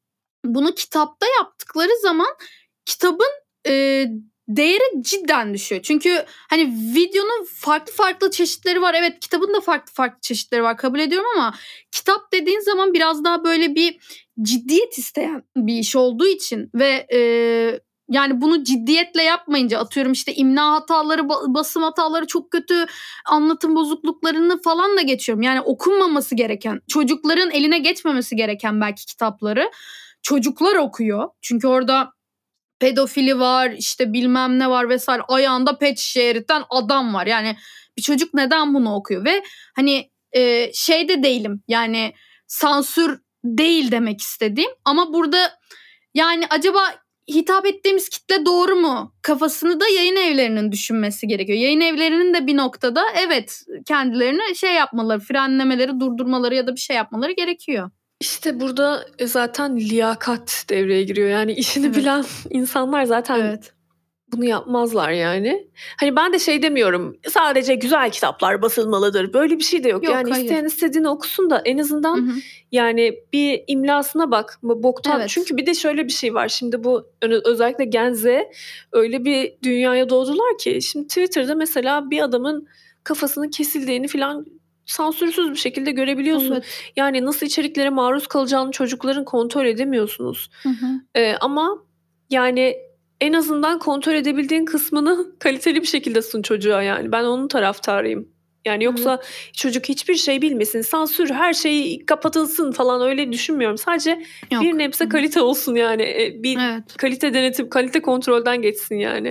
bunu kitapta yaptıkları zaman kitabın e, değeri cidden düşüyor. Çünkü hani videonun farklı farklı çeşitleri var. Evet, kitabın da farklı farklı çeşitleri var, kabul ediyorum ama kitap dediğin zaman biraz daha böyle bir ciddiyet isteyen bir iş olduğu için ve e, yani bunu ciddiyetle yapmayınca, atıyorum işte imla hataları, ba- basım hataları, çok kötü anlatım bozukluklarını falan da geçiyorum. Yani okunmaması gereken, çocukların eline geçmemesi gereken belki kitapları çocuklar okuyor. Çünkü orada pedofili var, işte bilmem ne var vesaire, ayağında pet şişe eriten adam var. Yani bir çocuk neden bunu okuyor? Ve hani e, şey de değilim, yani sansür değil demek istediğim, ama burada yani acaba hitap ettiğimiz kitle doğru mu kafasını da yayın evlerinin düşünmesi gerekiyor. Yayın evlerinin de bir noktada evet kendilerine şey yapmaları, frenlemeleri, durdurmaları ya da bir şey yapmaları gerekiyor. İşte burada zaten liyakat devreye giriyor. Yani işini Evet. bilen insanlar zaten Evet. bunu yapmazlar yani. Hani ben de şey demiyorum, sadece güzel kitaplar basılmalıdır. Böyle bir şey de yok. Yok, yani hayır. isteyen istediğini okusun da en azından Hı hı. yani bir imlasına bak. Boktan. Evet. Çünkü bir de şöyle bir şey var. Şimdi bu ö- özellikle Gen Z öyle bir dünyaya doğdular ki şimdi Twitter'da mesela bir adamın kafasının kesildiğini falan sansürsüz bir şekilde görebiliyorsun. Evet. Yani nasıl içeriklere maruz kalacağını çocukların kontrol edemiyorsunuz. Hı hı. Ee, ama yani en azından kontrol edebildiğin kısmını kaliteli bir şekilde sun çocuğa yani. Ben onun taraftarıyım. Yani yoksa çocuk hiçbir şey bilmesin, sansür, her şey kapatılsın falan öyle düşünmüyorum. Sadece Yok. bir nebze kalite olsun yani. E, Bir Evet. kalite denetim, kalite kontrolden geçsin yani.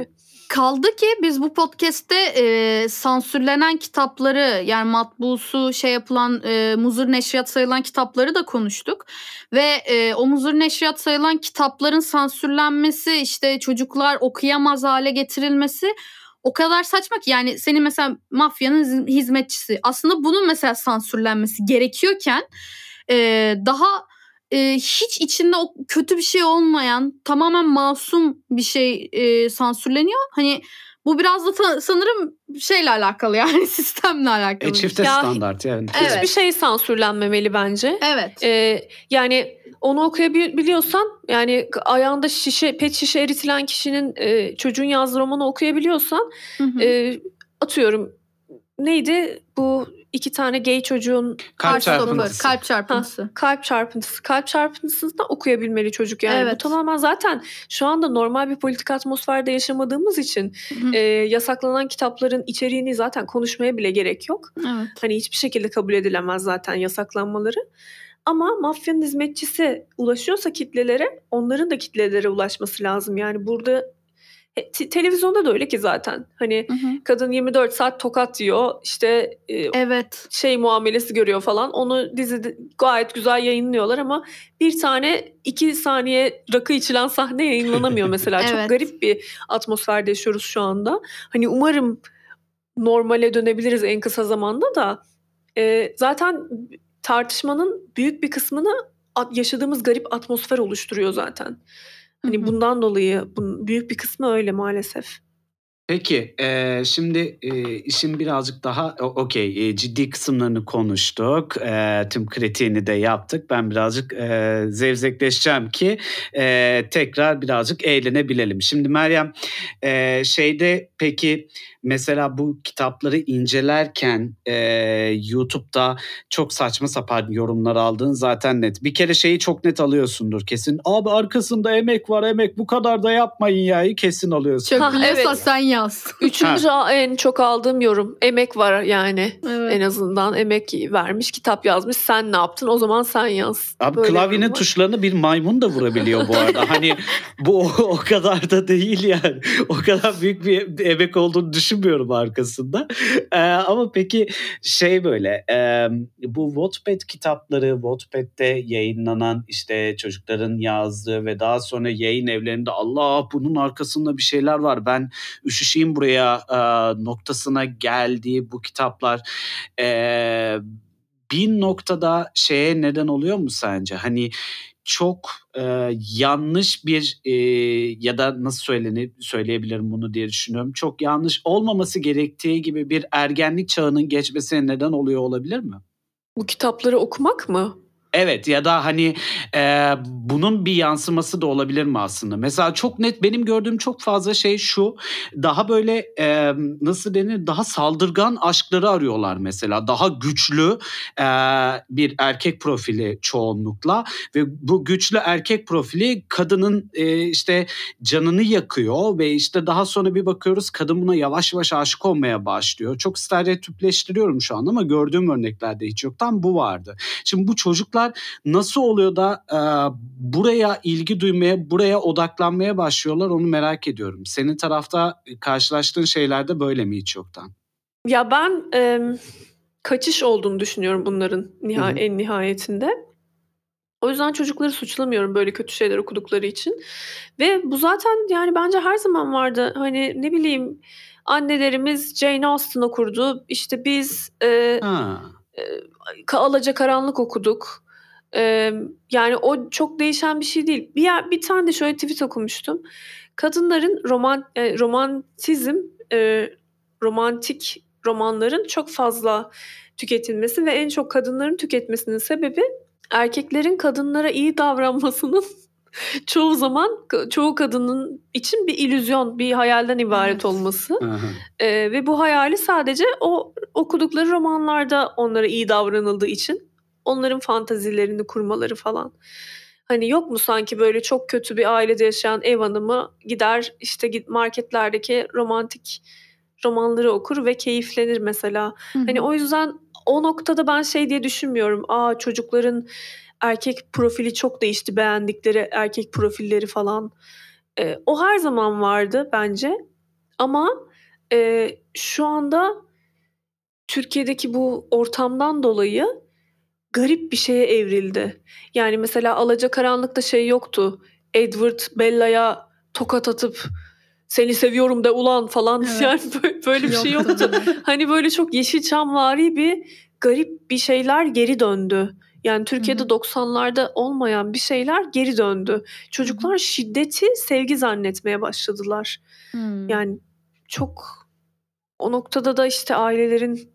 Kaldı ki biz bu podcast'te e, sansürlenen kitapları, yani matbusu şey yapılan e, muzur neşriyat sayılan kitapları da konuştuk. Ve e, o muzur neşriyat sayılan kitapların sansürlenmesi, işte çocuklar okuyamaz hale getirilmesi o kadar saçma ki. Yani senin mesela Mafyanın Hizmetçisi, aslında bunun mesela sansürlenmesi gerekiyorken e, daha e, hiç içinde o kötü bir şey olmayan, tamamen masum bir şey e, sansürleniyor. Hani bu biraz da ta- sanırım şeyle alakalı, yani sistemle alakalı. E, çifte Ya, standart yani. Hiçbir Evet. şey sansürlenmemeli bence. Evet. Ee, yani onu okuyabiliyorsan, yani ayağında şişe, pet şişe eritilen kişinin e, çocuğun yazdığı romanı okuyabiliyorsan, Hı hı. e, atıyorum neydi bu iki tane gay çocuğun Kalp Heartstopper, çarpıntısı. kalp çarpıntısı. Ha, kalp çarpıntısı. Kalp çarpıntısını da okuyabilmeli çocuk yani. Evet. Bu tamamen zaten şu anda normal bir politik atmosferde yaşamadığımız için Hı hı. e, yasaklanan kitapların içeriğini zaten konuşmaya bile gerek yok. Evet. Hani hiçbir şekilde kabul edilemez zaten yasaklanmaları. Ama Mafyanın Hizmetçisi ulaşıyorsa kitlelere, onların da kitlelere ulaşması lazım. Yani burada e, te- televizyonda da öyle ki zaten. Hani Hı hı. kadın yirmi dört saat tokat yiyor. İşte e, Evet. şey muamelesi görüyor falan. Onu dizide gayet güzel yayınlıyorlar ama bir tane iki saniye rakı içilen sahne yayınlanamıyor mesela. Evet. Çok garip bir atmosferde yaşıyoruz şu anda. Hani umarım normale dönebiliriz en kısa zamanda da. E, zaten tartışmanın büyük bir kısmını at- yaşadığımız garip atmosfer oluşturuyor zaten. Hani Hı hı. bundan dolayı bunun büyük bir kısmı öyle maalesef. Peki e, şimdi e, işin birazcık daha o- okey e, ciddi kısımlarını konuştuk. E, tüm kritiğini de yaptık. Ben birazcık e, zevzekleşeceğim ki e, tekrar birazcık eğlenebilelim. Şimdi Meryem e, şeyde peki mesela bu kitapları incelerken e, YouTube'da çok saçma sapan yorumlar aldığın zaten net. Bir kere şeyi çok net alıyorsundur kesin. Abi arkasında emek var, emek, bu kadar da yapmayın ya, kesin alıyorsun. Ha, Çok biliyorsan evet. sen yaz. Üçüncü en çok aldığım yorum emek var yani. Evet. En azından emek vermiş, kitap yazmış. Sen ne yaptın? O zaman sen yaz. Abi Böyle klavyenin yorum var. tuşlarını bir maymun da vurabiliyor bu arada. Hani bu o, o kadar da değil yani. O kadar büyük bir emek olduğunu düşünmüyorum arkasında. Ee, ama peki şey böyle e, bu Wattpad kitapları, Wattpad'de yayınlanan işte çocukların yazdığı ve daha sonra yayın evlerinde Allah bunun arkasında bir şeyler var, ben üşüşeyim buraya e, noktasına geldiği bu kitaplar e, bir noktada şeye neden oluyor mu sence? Hani çok e, yanlış bir e, ya da nasıl söylenir, söyleyebilirim bunu diye düşünüyorum. Çok yanlış olmaması gerektiği gibi bir ergenlik çağının geçmesine neden oluyor olabilir mi? Bu kitapları okumak mı? Evet, ya da hani e, bunun bir yansıması da olabilir mi aslında? Mesela çok net benim gördüğüm çok fazla şey şu, daha böyle e, nasıl denir, daha saldırgan aşkları arıyorlar mesela. Daha güçlü e, bir erkek profili çoğunlukla ve bu güçlü erkek profili kadının e, işte canını yakıyor ve işte daha sonra bir bakıyoruz kadın buna yavaş yavaş aşık olmaya başlıyor. Çok stereotipleştiriyorum şu an ama gördüğüm örneklerde hiç yoktan bu vardı. Şimdi bu çocuklar nasıl oluyor da e, buraya ilgi duymaya, buraya odaklanmaya başlıyorlar, onu merak ediyorum. Senin tarafta karşılaştığın şeyler de böyle mi hiç yoktan? Ya ben e, kaçış olduğunu düşünüyorum bunların niha- Hı hı. en nihayetinde. O yüzden çocukları suçlamıyorum böyle kötü şeyler okudukları için. Ve bu zaten yani bence her zaman vardı. Hani ne bileyim, annelerimiz Jane Austen okurdu. İşte biz e, Ha. e, Alacakaranlık okuduk. E, yani o çok değişen bir şey değil. Bir, yer, bir tane de şöyle tweet okumuştum. Kadınların roman e, romantizm, e, romantik romanların çok fazla tüketilmesi ve en çok kadınların tüketmesinin sebebi erkeklerin kadınlara iyi davranmasının çoğu zaman çoğu kadının için bir illüzyon, bir hayalden ibaret Evet. olması. Hı hı. Ee, ve bu hayali sadece o okudukları romanlarda onlara iyi davranıldığı için onların fantazilerini kurmaları falan. Hani yok mu sanki böyle çok kötü bir ailede yaşayan ev hanımı gider işte git marketlerdeki romantik romanları okur ve keyiflenir mesela. Hı hı. Hani o yüzden o noktada ben şey diye düşünmüyorum. Aa, çocukların erkek profili çok değişti, beğendikleri erkek profilleri falan. Ee, o her zaman vardı bence. Ama e, şu anda Türkiye'deki bu ortamdan dolayı garip bir şeye evrildi. Yani mesela Alacakaranlık'ta şey yoktu. Edward Bella'ya tokat atıp seni seviyorum de ulan falan Evet. yani böyle, böyle bir şey Yoktu yoktu. böyle. Hani böyle çok Yeşilçamvari bir garip bir şeyler geri döndü. Yani Türkiye'de Hı hı. doksanlarda olmayan bir şeyler geri döndü. Çocuklar şiddeti sevgi zannetmeye başladılar. Hmm. Yani çok o noktada da işte ailelerin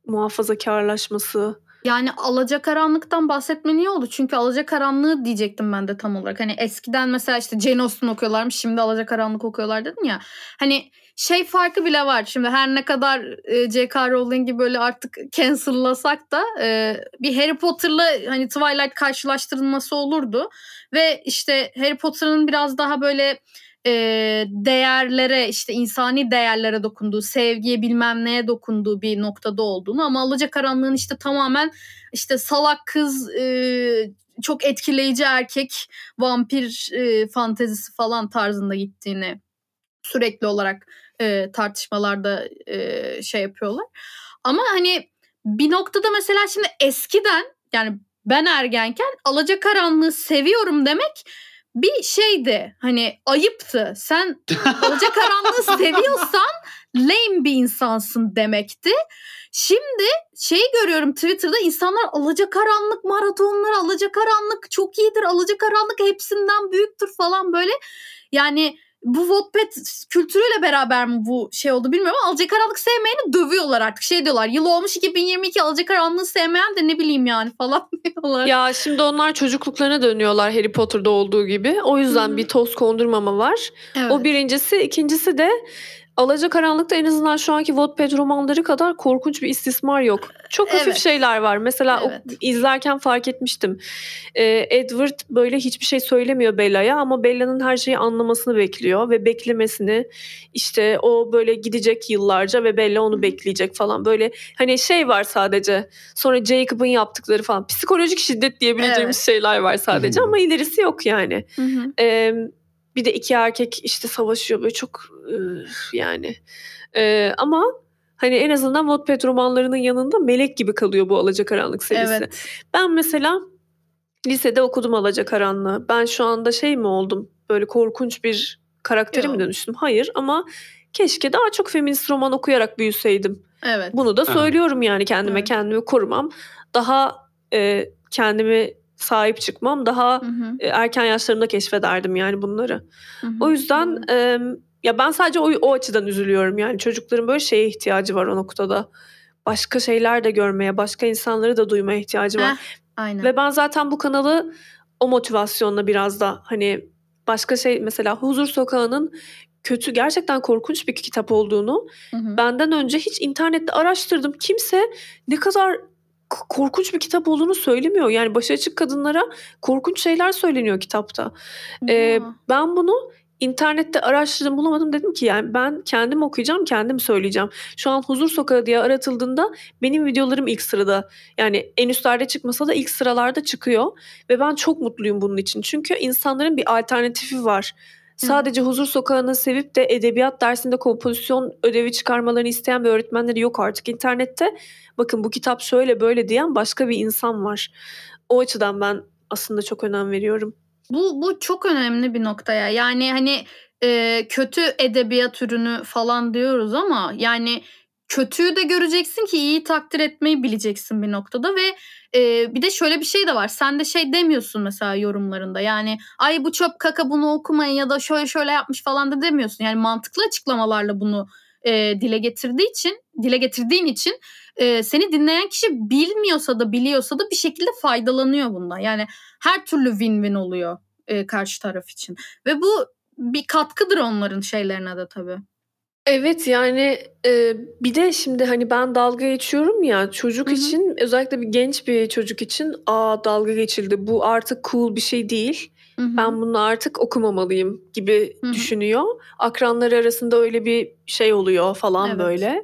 muhafazakarlaşması. Yani Alacakaranlık'tan bahsetmen iyi oldu. Çünkü Alacakaranlığı diyecektim ben de tam olarak. Hani eskiden mesela işte Jane Austen okuyorlarmış, şimdi Alacakaranlık okuyorlar dedin ya. Hani şey farkı bile var. Şimdi her ne kadar e, J K. Rowling'i böyle artık cancellasak da e, bir Harry Potter'la hani Twilight karşılaştırılması olurdu. Ve işte Harry Potter'ın biraz daha böyle e, değerlere, işte insani değerlere dokunduğu, sevgiye bilmem neye dokunduğu bir noktada olduğunu, ama Alacakaranlığın işte tamamen işte salak kız, e, çok etkileyici erkek, vampir e, fantezisi falan tarzında gittiğini sürekli olarak e, tartışmalarda e, şey yapıyorlar. Ama hani bir noktada mesela şimdi eskiden, yani ben ergenken Alacakaranlığı seviyorum demek bir şeydi. Hani ayıptı. Sen Alacakaranlığı seviyorsan lame bir insansın demekti. Şimdi şey görüyorum Twitter'da, insanlar Alacakaranlık maratonları, Alacakaranlık çok iyidir, Alacakaranlık hepsinden büyüktür falan böyle. Yani bu Wattpad kültürüyle beraber mi bu şey oldu bilmiyorum ama Alacakaranlık sevmeyeni dövüyorlar artık. Şey diyorlar, yıl olmuş iki bin yirmi iki, Alacakaranlığı sevmeyen de ne bileyim yani falan diyorlar. Ya şimdi onlar çocukluklarına dönüyorlar Harry Potter'da olduğu gibi. O yüzden Hı-hı. bir toz kondurmama var. Evet. O birincisi. İkincisi de Alacakaranlık'ta en azından şu anki Wattpad romanları kadar korkunç bir istismar yok. Çok hafif Evet. şeyler var. Mesela Evet. o, izlerken fark etmiştim. Ee, Edward böyle hiçbir şey söylemiyor Bella'ya ama Bella'nın her şeyi anlamasını bekliyor ve beklemesini, işte o böyle gidecek yıllarca ve Bella onu Hı-hı. bekleyecek falan, böyle hani şey var sadece. Sonra Jacob'ın yaptıkları falan psikolojik şiddet diyebileceğimiz Evet. şeyler var sadece ama ilerisi yok yani. Ee, bir de iki erkek işte savaşıyor böyle çok üf, yani ee, ama hani en azından Wattpad romanlarının yanında melek gibi kalıyor bu Alacakaranlık serisi. Evet. Ben mesela lisede okudum Alacakaranlığı. Ben şu anda şey mi oldum? Böyle korkunç bir karaktere Yok. mi dönüştüm? Hayır ama keşke daha çok feminist roman okuyarak büyüseydim. Evet. Bunu da Aha. söylüyorum yani kendime Evet. kendimi korumam. Daha e, kendimi sahip çıkmam. Daha Hı-hı. e, erken yaşlarımda keşfederdim yani bunları. Hı-hı. O yüzden e, ya ben sadece o, o açıdan üzülüyorum. Yani çocukların böyle şeye ihtiyacı var o noktada. Başka şeyler de görmeye, başka insanları da duymaya ihtiyacı var. Heh, aynen. Ve ben zaten bu kanalı o motivasyonla biraz da hani başka şey, mesela Huzur Sokağı'nın kötü, gerçekten korkunç bir kitap olduğunu Hı-hı. benden önce hiç internette araştırdım. Kimse ne kadar k- korkunç bir kitap olduğunu söylemiyor. Yani başı açık kadınlara korkunç şeyler söyleniyor kitapta. Ee, Ya. ben bunu internette araştırdım, bulamadım, dedim ki yani ben kendim okuyacağım, kendim söyleyeceğim. Şu an Huzur Sokağı diye aratıldığında benim videolarım ilk sırada, yani en üstlerde çıkmasa da ilk sıralarda çıkıyor ve ben çok mutluyum bunun için. Çünkü insanların bir alternatifi var. Sadece Huzur Sokağı'nı sevip de edebiyat dersinde kompozisyon ödevi çıkarmalarını isteyen bir öğretmenleri yok artık. İnternette bakın bu kitap şöyle böyle diyen başka bir insan var. O açıdan ben aslında çok önem veriyorum. Bu bu çok önemli bir noktaya. Yani hani e, kötü edebiyat ürünü falan diyoruz ama yani kötüyü de göreceksin ki iyiyi takdir etmeyi bileceksin bir noktada ve e, bir de şöyle bir şey de var. Sen de şey demiyorsun mesela yorumlarında. Yani ay bu çöp kaka, bunu okumayın ya da şöyle şöyle yapmış falan da demiyorsun. Yani mantıklı açıklamalarla bunu e, dile getirdiği için, dile getirdiğin için e, seni dinleyen kişi bilmiyorsa da biliyorsa da bir şekilde faydalanıyor bundan. Yani her türlü win-win oluyor e, karşı taraf için. Ve bu bir katkıdır onların şeylerine de tabii. Evet yani e, bir de şimdi hani ben dalga geçiyorum ya, çocuk Hı hı. için, özellikle bir genç bir çocuk için, aa dalga geçildi, bu artık cool bir şey değil. Hı hı. Ben bunu artık okumamalıyım gibi Hı hı. düşünüyor. Akranları arasında öyle bir şey oluyor falan Evet. böyle.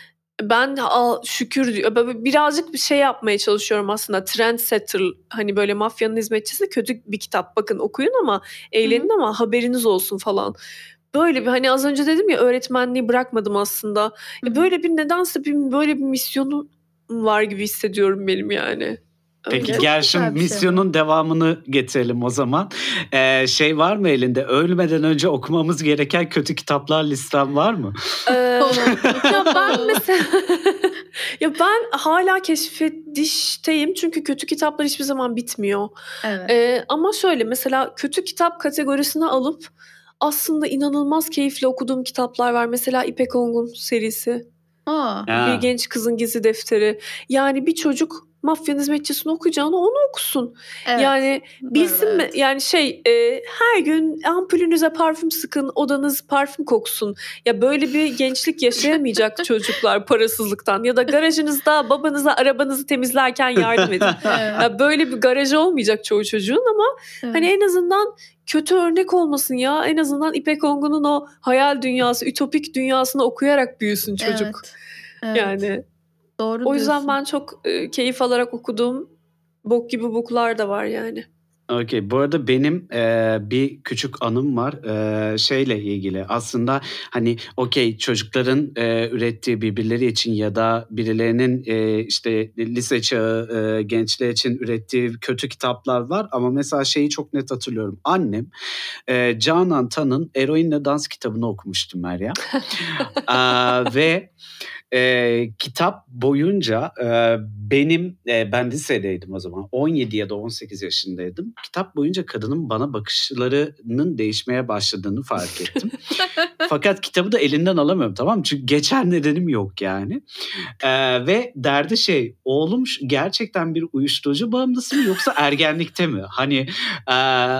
Ben al, şükür diyor. Böyle birazcık bir şey yapmaya çalışıyorum aslında. Trendsetter, hani böyle mafyanın hizmetçisi, kötü bir kitap bakın okuyun ama eğlenin Hı hı. ama haberiniz olsun falan. böyle bir hani az önce dedim ya öğretmenliği bırakmadım aslında. E böyle bir nedense bir böyle bir misyonu var gibi hissediyorum benim yani. Peki Öyle. gel şimdi güzel bir şey misyonun devamını getirelim o zaman. Ee, şey var mı elinde? Ölmeden önce okumamız gereken kötü kitaplar listem var mı? Ee, ya ben mesela ya ben hala keşfedişteyim çünkü kötü kitaplar hiçbir zaman bitmiyor. Evet. Ee, ama şöyle mesela kötü kitap kategorisine alıp aslında inanılmaz keyifli okuduğum kitaplar var. Mesela İpek Ongun serisi. Aa. Ha. Bir genç kızın gizli defteri. Yani bir çocuk mafya hizmetçisini okuyacağına onu okusun. Evet. Yani bilsin Doğru, mi? evet. Yani şey e, her gün ampulünüze parfüm sıkın, odanız parfüm koksun. Ya böyle bir gençlik yaşayamayacak çocuklar parasızlıktan. Ya da garajınızda babanıza arabanızı temizlerken yardım edin. Evet. Ya böyle bir garajı olmayacak çoğu çocuğun ama Evet. hani en azından kötü örnek olmasın ya. En azından İpek Ongun'un o hayal dünyası, ütopik dünyasını okuyarak büyüsün çocuk. Evet. Evet. Yani Doğru o yüzden diyorsun. ben çok e, keyif alarak okuduğum bok gibi boklar da var yani. Okey. Bu arada benim e, bir küçük anım var e, şeyle ilgili. Aslında hani okey çocukların e, ürettiği birbirleri için ya da birilerinin e, işte lise çağı e, gençler için ürettiği kötü kitaplar var. Ama mesela şeyi çok net hatırlıyorum. Annem e, Canan Tan'ın Eroinle Dans kitabını okumuştum Meryem. Aa, ve e, kitap boyunca e, benim e, ben lisedeydim o zaman on yedi ya da on sekiz yaşındaydım. Kitap boyunca kadının bana bakışlarının değişmeye başladığını fark ettim. Fakat kitabı da elinden alamıyorum, tamam mı? Çünkü geçer nedenim yok yani. E, ve derdi şey, oğlum gerçekten bir uyuşturucu bağımlısı mı yoksa ergenlikte mi? Hani e,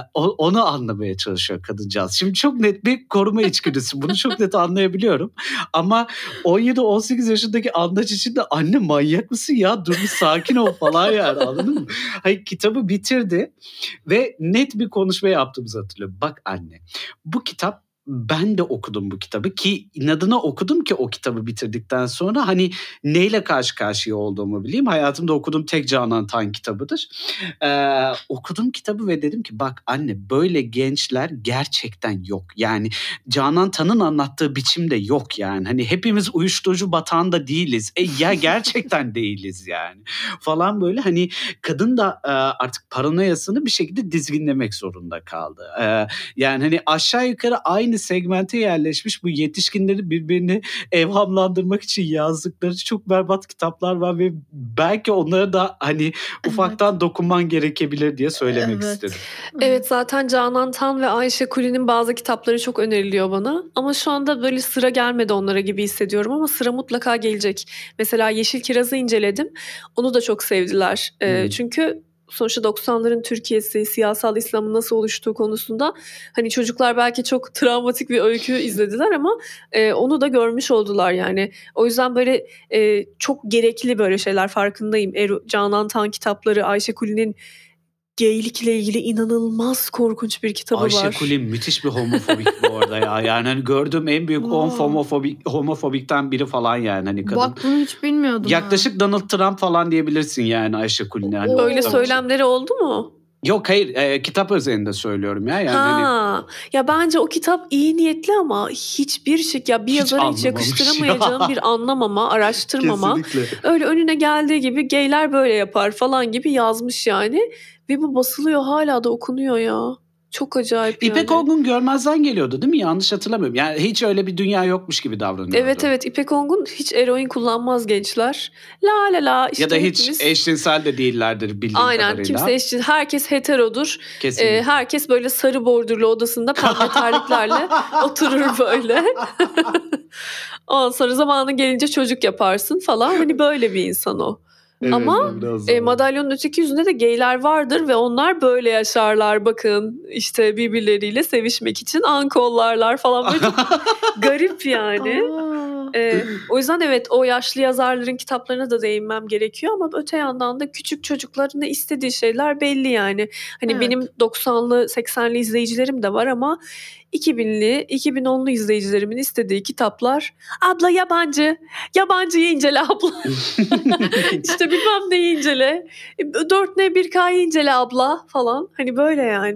onu anlamaya çalışıyor kadıncağız. Şimdi çok net bir koruma içgüdüsü. Bunu çok net anlayabiliyorum. Ama on yedi on sekiz yaşındaki Andaç için de anne manyak mısın ya, dur bir sakin ol falan yani, anladın mı? Hayır, kitabı bitirdi ve net bir konuşma yaptığımızı hatırlıyorum. Bak anne, bu kitap, ben de okudum bu kitabı ki inadına okudum ki o kitabı bitirdikten sonra hani neyle karşı karşıya olduğumu bileyim. Hayatımda okuduğum tek Canan Tan kitabıdır. Ee, okudum kitabı ve dedim ki bak anne, böyle gençler gerçekten yok. Yani Canan Tan'ın anlattığı biçimde yok yani. Hani hepimiz uyuşturucu batağında değiliz. E ya gerçekten değiliz yani. Falan böyle hani kadın da e, artık paranoyasını bir şekilde dizginlemek zorunda kaldı. E, yani hani aşağı yukarı aynı segmente yerleşmiş bu yetişkinleri birbirini evhamlandırmak için yazdıkları çok berbat kitaplar var ve belki onlara da hani ufaktan dokunman gerekebilir diye söylemek Evet. istedim. Evet, zaten Canan Tan ve Ayşe Kuli'nin bazı kitapları çok öneriliyor bana. Ama şu anda böyle sıra gelmedi onlara gibi hissediyorum ama sıra mutlaka gelecek. Mesela Yeşil Kiraz'ı inceledim. Onu da çok sevdiler. Ee, Hmm. Çünkü sonuçta doksanların Türkiye'si, siyasal İslam'ın nasıl oluştuğu konusunda hani çocuklar belki çok travmatik bir öykü izlediler ama e, onu da görmüş oldular yani. O yüzden böyle e, çok gerekli böyle şeyler, farkındayım. Ero, Canan Tan kitapları, Ayşe Kuli'nin geylikle ilgili inanılmaz korkunç bir kitabı Ayşe var. Kulin müthiş bir homofobik bu arada ya. Yani hani gördüğüm en büyük on Wow. homofobik, homofobikten biri falan yani hani kadın. Bak bunu hiç bilmiyordum. Yaklaşık Donald Trump falan diyebilirsin yani Ayşe Kulin'e. Hani Oo. Öyle tabii. söylemleri oldu mu? Yok hayır, e, kitap özelinde söylüyorum ya. Yani hani Ha. Ya bence o kitap iyi niyetli ama hiçbir şey, ya bir Hiç yazara hiç anlamamış yakıştıramayacağım ya. bir anlamama, araştırmama. kesinlikle. Öyle önüne geldiği gibi geyler böyle yapar falan gibi yazmış yani. Ve bu basılıyor, hala da okunuyor ya. Çok acayip İpek yani. Ongun görmezden geliyordu değil mi? Yanlış hatırlamıyorum. Yani hiç öyle bir dünya yokmuş gibi davranıyordu. Evet evet, İpek Ongun hiç eroin kullanmaz gençler. La la la işte Ya da hiç hepimiz... eşcinsel de değillerdir bildiğim Aynen, kadarıyla. kimse eşcin, herkes heterodur. Kesinlikle. Ee, herkes böyle sarı bordürlü odasında pembe terliklerle oturur böyle. Ondan sonra zamanı gelince çocuk yaparsın falan. Hani böyle bir insan o. Evet, Ama biraz e, daha. madalyonun öteki yüzünde de geyler vardır ve onlar böyle yaşarlar. Bakın işte birbirleriyle sevişmek için ankollarlar falan, böyle çok garip yani. Aa. Ee, o yüzden evet, o yaşlı yazarların kitaplarına da değinmem gerekiyor ama öte yandan da küçük çocukların da istediği şeyler belli yani. Hani Evet. benim doksanlı seksenli izleyicilerim de var ama iki binli iki bin onlu izleyicilerimin istediği kitaplar, abla yabancı, yabancıyı incele abla. İşte bilmem neyi incele, dört N bir K'yı incele abla falan. Hani böyle yani. O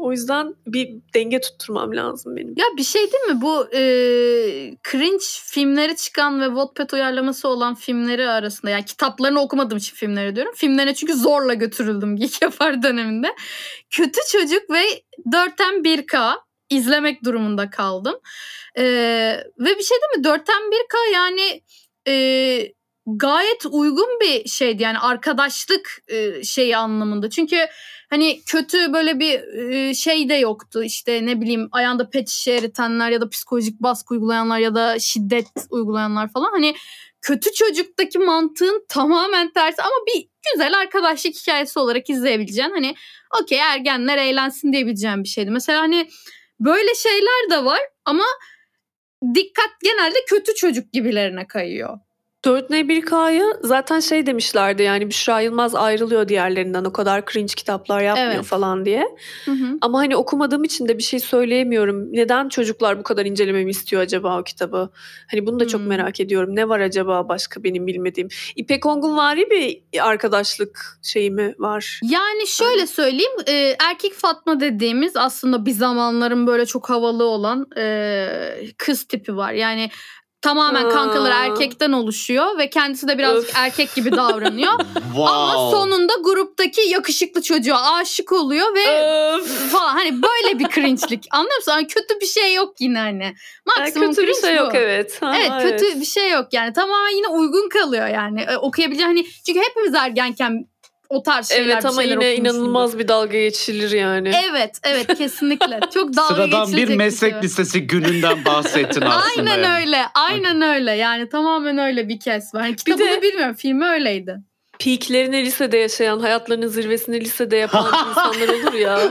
O yüzden bir denge tutturmam lazım benim. Ya bir şey değil mi? Bu e, cringe filmleri çıkan ve Wattpad uyarlaması olan filmleri arasında, yani kitaplarını okumadığım için filmleri diyorum. Filmlerine çünkü zorla götürüldüm Geek Yapar döneminde. Kötü Çocuk ve dörtten bir K izlemek durumunda kaldım. E, ve bir şey değil mi? dörtten bir K yani e, gayet uygun bir şeydi. Yani arkadaşlık e, şeyi anlamında. Çünkü hani kötü böyle bir şey de yoktu. İşte ne bileyim ayağında pet şişe eritenler ya da psikolojik baskı uygulayanlar ya da şiddet uygulayanlar falan. Hani Kötü Çocuk'taki mantığın tamamen tersi ama bir güzel arkadaşlık hikayesi olarak izleyebileceğin, hani okey ergenler eğlensin diyebileceğin bir şeydi. Mesela hani böyle şeyler de var ama dikkat genelde kötü çocuk gibilerine kayıyor. dört N bir K'yı zaten şey demişlerdi, yani Büşra Yılmaz ayrılıyor diğerlerinden, o kadar cringe kitaplar yapmıyor Evet. falan diye. Hı hı. Ama hani okumadığım için de bir şey söyleyemiyorum. Neden çocuklar bu kadar incelememi istiyor acaba o kitabı? Hani bunu da çok Hmm. merak ediyorum. Ne var acaba başka benim bilmediğim? İpek Ongunvari bir arkadaşlık şeyi mi var? Yani şöyle söyleyeyim, e, erkek Fatma dediğimiz aslında bir zamanların böyle çok havalı olan e, kız tipi var. Yani tamamen Ha. kankaları erkekten oluşuyor ve kendisi de birazcık Öf. erkek gibi davranıyor. Wow. Ama sonunda gruptaki yakışıklı çocuğa aşık oluyor ve Öf. falan, hani böyle bir cringe'lik. Anlıyor musun? Hani kötü bir şey yok yine hani. Yani Maksimum kötü bir cringe şey bu. yok, evet. Ha, Evet, kötü bir şey yok yani. Tamamen yine uygun kalıyor yani. E, okuyabileceğin hani, çünkü hepimiz ergenken o tarz şeyler, Evet bir ama şeyler yine okumuşuzdur. inanılmaz bir dalga geçilir yani. Evet, evet kesinlikle. Çok dalga Sıradan geçilecek bir meslek şey. lisesi gününden bahsettin aslında. Aynen yani. öyle. Aynen öyle. Yani tamamen öyle bir kes var. Hani kitabını de- bilmiyorum. Filmi öyleydi. Peaklerini lisede yaşayan, hayatlarının zirvesini lisede yapan insanlar olur ya.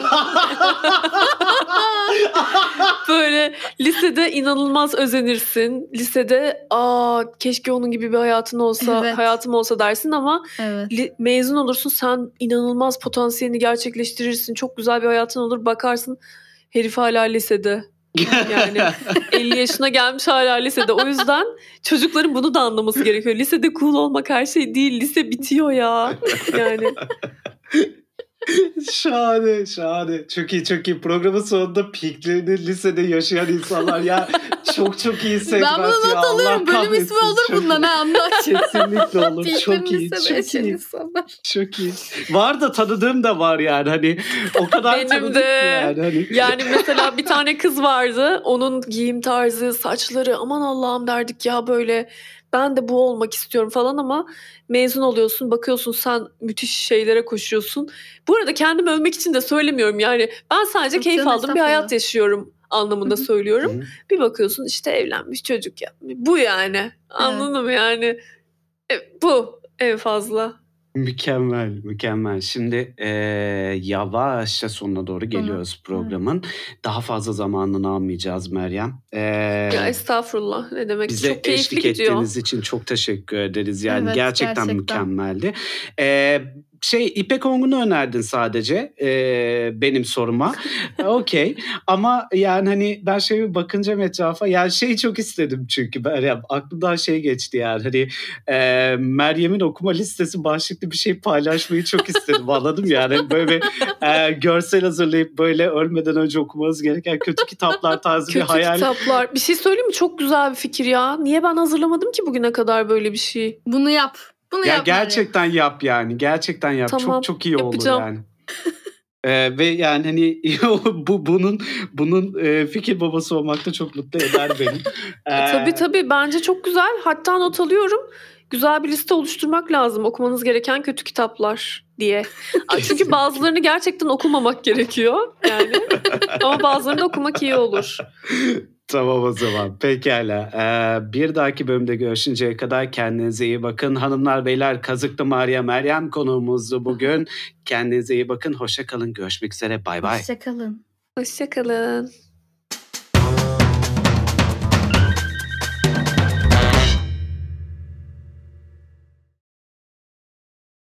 Böyle lisede inanılmaz özenirsin. Lisede aa keşke onun gibi bir hayatın olsa, Evet. hayatım olsa dersin ama Evet. li- mezun olursun, sen inanılmaz potansiyelini gerçekleştirirsin. Çok güzel bir hayatın olur. Bakarsın herif hala lisede. Yani elli yaşına gelmiş hala lisede. O yüzden çocukların bunu da anlaması gerekiyor. Lisede cool olmak her şey değil. Lise bitiyor ya. Yani Şahane, şahane. Çok iyi, çok iyi. Programın sonunda peaklerini lisede yaşayan insanlar ya, çok çok iyi segment Ben bunu ya. not alıyorum. Allah Bölüm kahretsin. ismi olur Çok bundan iyi. ha, anlar. Kesinlikle olur. Çok iyi, Lisede çok yaşayan iyi. insanlar. Çok iyi. Var da tanıdığım da var yani, hani o kadar Benim tanıdık de. ki yani. Hani. Yani mesela bir tane kız vardı. Onun giyim tarzı, saçları, aman Allah'ım derdik ya böyle. Ben de bu olmak istiyorum falan ama mezun oluyorsun, bakıyorsun sen müthiş şeylere koşuyorsun. Bu arada kendimi övmek için de söylemiyorum yani. Ben sadece Yok keyif canım, aldığım bir hayat estağfurullah. yaşıyorum anlamında Hı hı. söylüyorum. Hı hı. Bir bakıyorsun işte evlenmiş, çocuk yapmış. Bu yani. Anladın mı yani? E, bu en fazla. Mükemmel, mükemmel. Şimdi eee, yavaşça sonuna doğru geliyoruz programın. Daha fazla zamanını almayacağız Meryem. Eee, Ya estağfurullah, ne demek, bize çok keyifli eşlik gidiyor. ettiğiniz için çok teşekkür ederiz. Yani Evet, gerçekten, gerçekten. mükemmeldi. Eee, şey İpek Ongun'u önerdin sadece eee, benim soruma. Okey. Ama yani hani ben şöyle bakınca etrafa, yani şeyi çok istedim çünkü Meryem. Aklımdan şey geçti yani, hani eee, Meryem'in okuma listesi başlıklı bir şey paylaşmayı çok istedim, anladın mı? Yani böyle bir eee, görsel hazırlayıp böyle ölmeden önce okumanız gereken kötü kitaplar tarzı bir Kötü hayal. kitaplar. Bir şey söyleyeyim mi? Çok güzel bir fikir ya. Niye ben hazırlamadım ki bugüne kadar böyle bir şey? Bunu yap. Bunu Ya yap. Meryem. gerçekten yap yani. Gerçekten yap. Tamam, çok çok iyi yapacağım. olur yani. Ee, ve yani hani bu bunun bunun e, fikir babası olmak da çok mutlu eder beni. Ee, Tabii tabii, bence çok güzel. Hatta not alıyorum. Güzel bir liste oluşturmak lazım. Okumanız gereken kötü kitaplar diye. Çünkü Kesinlikle. bazılarını gerçekten okumamak gerekiyor. Yani. Ama bazılarını da okumak iyi olur. Tamam o zaman. Pekala. Ee, bir dahaki bölümde görüşünceye kadar kendinize iyi bakın. Hanımlar beyler, Kazıklı Maria Meryem konuğumuzdu bugün. Kendinize iyi bakın. Hoşça kalın. Görüşmek üzere. Bay bay. Hoşça kalın. Hoşçakalın.